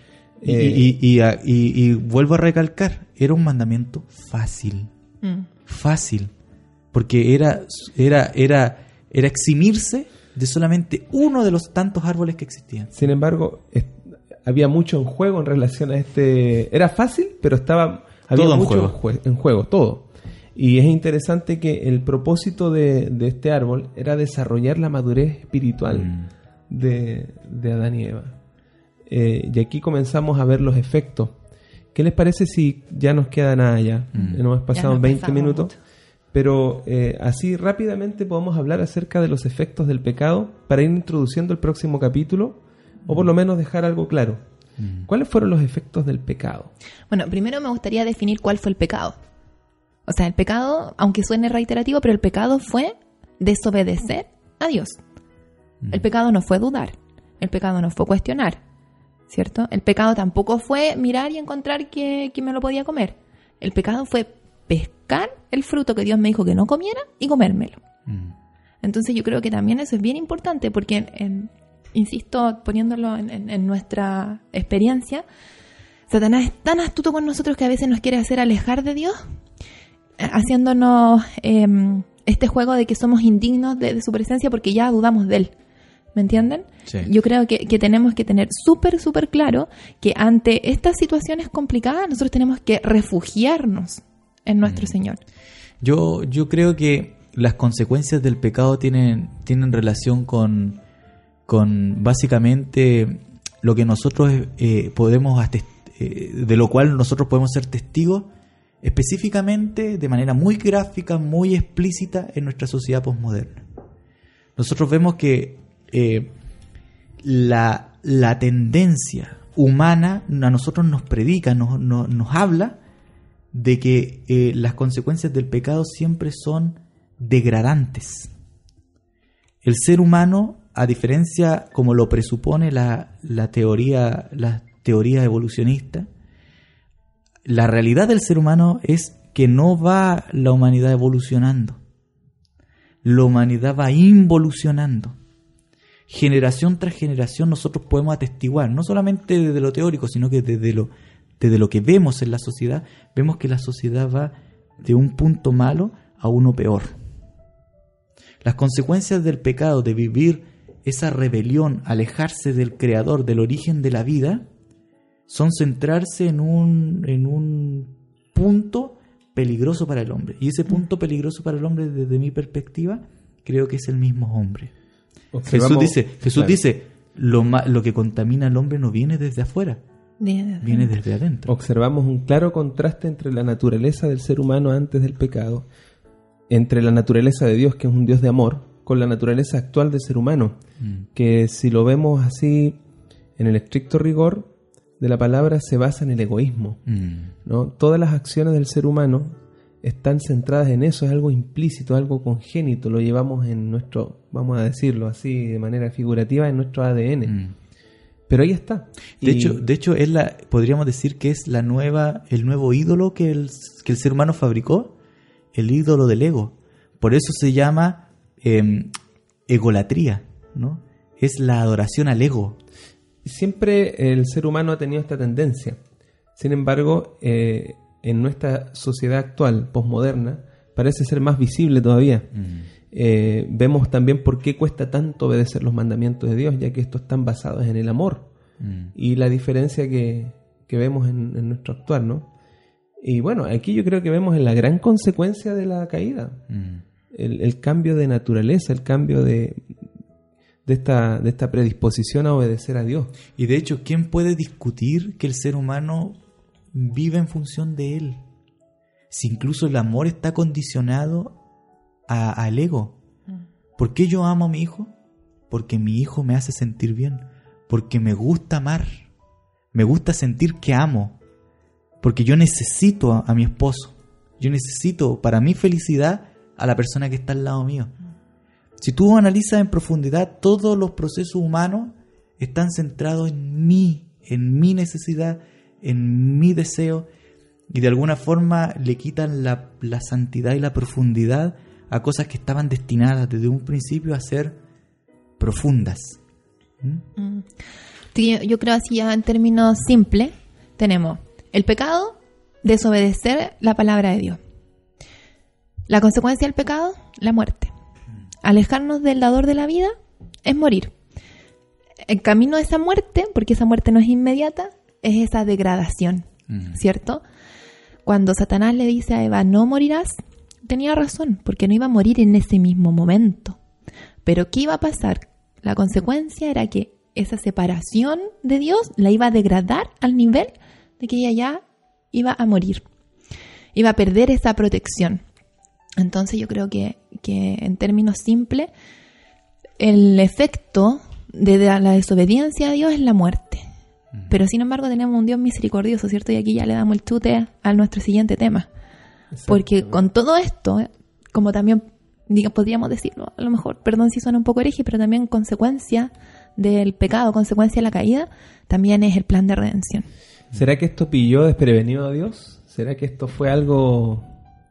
Y vuelvo a recalcar, era un mandamiento fácil. Fácil. Porque era eximirse de solamente uno de los tantos árboles que existían. Sin embargo, había mucho en juego en relación a este... Era fácil, pero había todo mucho en juego, todo. Y es interesante que el propósito de este árbol era desarrollar la madurez espiritual de Adán y Eva. Y aquí comenzamos a ver los efectos. ¿Qué les parece si ya nos queda nada ya? Nos hemos pasado 20 minutos. Mucho. Pero así rápidamente podemos hablar acerca de los efectos del pecado para ir introduciendo el próximo capítulo, o por lo menos dejar algo claro. ¿Cuáles fueron los efectos del pecado? Bueno, primero me gustaría definir cuál fue el pecado. O sea, el pecado, aunque suene reiterativo, pero el pecado fue desobedecer a Dios. El pecado no fue dudar. El pecado no fue cuestionar, ¿cierto? El pecado tampoco fue mirar y encontrar que me lo podía comer. El pecado fue pescar el fruto que Dios me dijo que no comiera y comérmelo. Entonces yo creo que también eso es bien importante porque, insisto, poniéndolo en nuestra experiencia, Satanás es tan astuto con nosotros que a veces nos quiere hacer alejar de Dios, haciéndonos este juego de que somos indignos de su presencia porque ya dudamos de Él. ¿Me entienden? Sí. Yo creo que tenemos que tener súper claro que ante estas situaciones complicadas nosotros tenemos que refugiarnos en nuestro Señor. Yo creo que las consecuencias del pecado tienen relación con básicamente lo que nosotros podemos de lo cual nosotros podemos ser testigos específicamente de manera muy gráfica, muy explícita en nuestra sociedad posmoderna. Nosotros vemos que la tendencia humana a nosotros nos predica, nos habla de que las consecuencias del pecado siempre son degradantes. El ser humano, a diferencia como lo presupone la teoría evolucionista, la realidad del ser humano es que no va la humanidad evolucionando. La humanidad va involucionando. Generación tras generación nosotros podemos atestiguar, no solamente desde lo teórico, sino que desde lo que vemos en la sociedad, vemos que la sociedad va de un punto malo a uno peor. Las consecuencias del pecado, de vivir esa rebelión, alejarse del Creador, del origen de la vida, son centrarse en un punto peligroso para el hombre. Y ese punto peligroso para el hombre, desde mi perspectiva, creo que es el mismo hombre. Jesús dice, lo que contamina al hombre no viene desde afuera, viene desde adentro. Observamos un claro contraste entre la naturaleza del ser humano antes del pecado, entre la naturaleza de Dios, que es un Dios de amor, con la naturaleza actual del ser humano, que si lo vemos así en el estricto rigor de la palabra, se basa en el egoísmo, ¿no? Todas las acciones del ser humano están centradas en eso, es algo implícito, algo congénito, lo llevamos en nuestro, vamos a decirlo así de manera figurativa, en nuestro ADN. Pero ahí está. De hecho podríamos decir que es el nuevo ídolo que el ser humano fabricó, el ídolo del ego. Por eso se llama egolatría, ¿no? Es la adoración al ego. Siempre el ser humano ha tenido esta tendencia. Sin embargo, en nuestra sociedad actual, posmoderna, parece ser más visible todavía. Vemos también por qué cuesta tanto obedecer los mandamientos de Dios, ya que estos están basados en el amor. Y la diferencia que vemos en nuestro actuar, ¿no? Y bueno, aquí yo creo que vemos en la gran consecuencia de la caída. El cambio de naturaleza, el cambio de esta predisposición a obedecer a Dios. Y de hecho, ¿quién puede discutir que el ser humano vive en función de él? Si incluso el amor está condicionado al ego. ¿Por qué yo amo a mi hijo? Porque mi hijo me hace sentir bien. Porque me gusta amar. Me gusta sentir que amo. Porque yo necesito a mi esposo. Yo necesito para mi felicidad a la persona que está al lado mío. Si tú analizas en profundidad, todos los procesos humanos están centrados en mi necesidad, en mi deseo, y de alguna forma le quitan la santidad y la profundidad a cosas que estaban destinadas desde un principio a ser profundas. Sí, yo creo así ya en términos simples, tenemos el pecado, desobedecer la palabra de Dios. La consecuencia del pecado, la muerte. Alejarnos del dador de la vida es morir. El camino a esa muerte, porque esa muerte no es inmediata, es esa degradación, ¿cierto? Cuando Satanás le dice a Eva, no morirás, tenía razón, porque no iba a morir en ese mismo momento. Pero ¿qué iba a pasar? La consecuencia era que esa separación de Dios la iba a degradar al nivel de que ella ya iba a morir. Iba a perder esa protección. Entonces yo creo que en términos simples, el efecto de la desobediencia a Dios es la muerte. Pero sin embargo tenemos un Dios misericordioso, ¿cierto? Y aquí ya le damos el chute a nuestro siguiente tema. Porque con todo esto, como también podríamos decirlo, a lo mejor, perdón si suena un poco hereje, pero también consecuencia del pecado, consecuencia de la caída, también es el plan de redención. ¿Será que esto pilló desprevenido a Dios? ¿Será que esto fue algo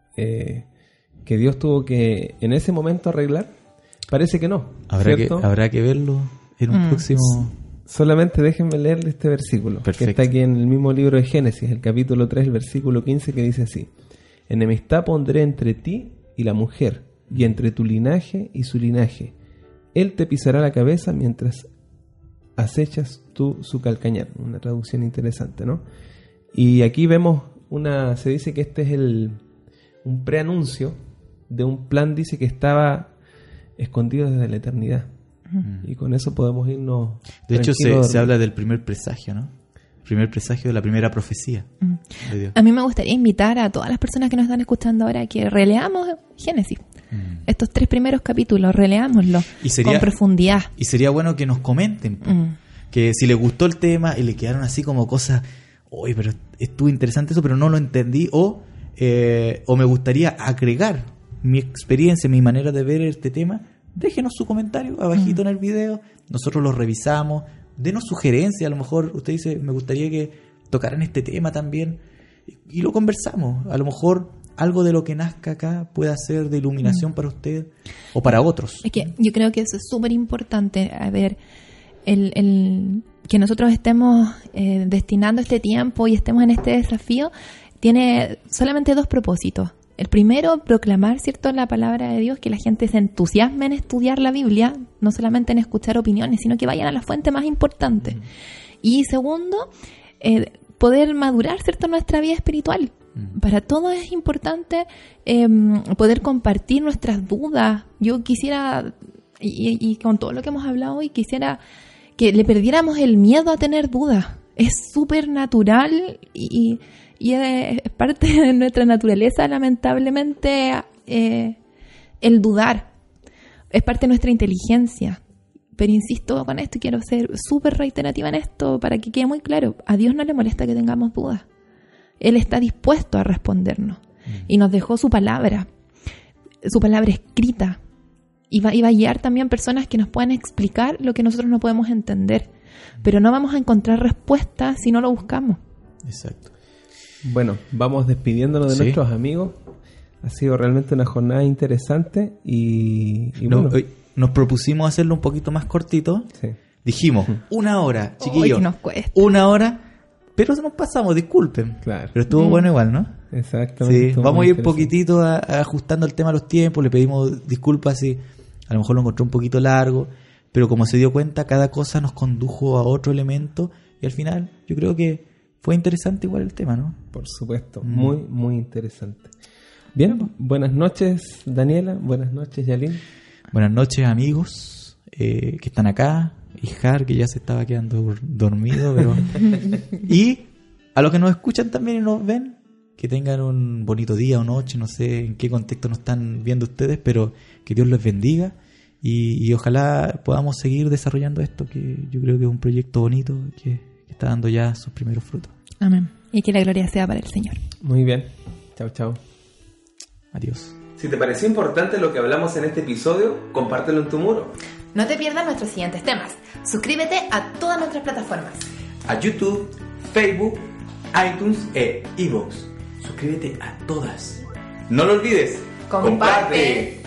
que Dios tuvo que en ese momento arreglar? Parece que no. Habrá que verlo en un próximo... Solamente déjenme leerle este versículo. Perfecto. Que está aquí en el mismo libro de Génesis, el capítulo 3, el versículo 15, que dice así: enemistad pondré entre ti y la mujer, y entre tu linaje y su linaje. Él te pisará la cabeza mientras acechas tú su calcañar. Una traducción interesante, ¿no? Y aquí vemos se dice que este es un preanuncio de un plan, dice, que estaba escondido desde la eternidad. Y con eso podemos irnos. De hecho, se habla del primer presagio, ¿no? El primer presagio de la primera profecía de Dios. A mí me gustaría invitar a todas las personas que nos están escuchando ahora que releamos Génesis. Estos 3 primeros capítulos, releámoslos con profundidad. Y sería bueno que nos comenten, que si les gustó el tema y le quedaron así como cosas, oye, pero estuvo interesante eso, pero no lo entendí, o me gustaría agregar mi experiencia, mi manera de ver este tema. Déjenos su comentario abajito en el video, nosotros lo revisamos, denos sugerencias, a lo mejor usted dice, me gustaría que tocaran este tema también, y lo conversamos. A lo mejor algo de lo que nazca acá pueda ser de iluminación para usted o para otros. Es que yo creo que eso es súper importante, a ver, el que nosotros estemos destinando este tiempo y estemos en este desafío, tiene solamente 2 propósitos. El primero, proclamar, ¿cierto?, la palabra de Dios, que la gente se entusiasme en estudiar la Biblia, no solamente en escuchar opiniones, sino que vayan a la fuente más importante. Y segundo, poder madurar, ¿cierto?, nuestra vida espiritual. Para todos es importante poder compartir nuestras dudas. Yo quisiera, y con todo lo que hemos hablado hoy, quisiera que le perdiéramos el miedo a tener dudas. Es súper natural y es parte de nuestra naturaleza, lamentablemente, el dudar. Es parte de nuestra inteligencia. Pero insisto con esto y quiero ser súper reiterativa en esto para que quede muy claro. A Dios no le molesta que tengamos dudas. Él está dispuesto a respondernos. Y nos dejó su palabra escrita. Y va a guiar también personas que nos puedan explicar lo que nosotros no podemos entender. Pero no vamos a encontrar respuestas si no lo buscamos. Exacto. Bueno, vamos despidiéndonos de nuestros amigos. Ha sido realmente una jornada interesante y bueno. Nos propusimos hacerlo un poquito más cortito. Sí. Dijimos, 1 hora, chiquillos. Nos cuesta. 1 hora, pero nos pasamos, disculpen. Claro. Pero estuvo bueno igual, ¿no? Exactamente. Sí, vamos a ir poquitito ajustando el tema a los tiempos. Le pedimos disculpas si a lo mejor lo encontró un poquito largo, pero como se dio cuenta, cada cosa nos condujo a otro elemento y al final yo creo que fue interesante igual el tema, ¿no? Por supuesto, muy, muy interesante. Bien, buenas noches, Daniela. Buenas noches, Yalín. Buenas noches, amigos que están acá. Ijar, que ya se estaba quedando dormido. Pero... y a los que nos escuchan también y nos ven, que tengan un bonito día o noche. No sé en qué contexto nos están viendo ustedes, pero que Dios les bendiga. Y ojalá podamos seguir desarrollando esto, que yo creo que es un proyecto bonito que está dando ya sus primeros frutos. Amén. Y que la gloria sea para el Señor. Muy bien. Chao, chao. Adiós. Si te pareció importante lo que hablamos en este episodio, compártelo en tu muro. No te pierdas nuestros siguientes temas. Suscríbete a todas nuestras plataformas. A YouTube, Facebook, iTunes e iVoox. Suscríbete a todas. No lo olvides. Comparte.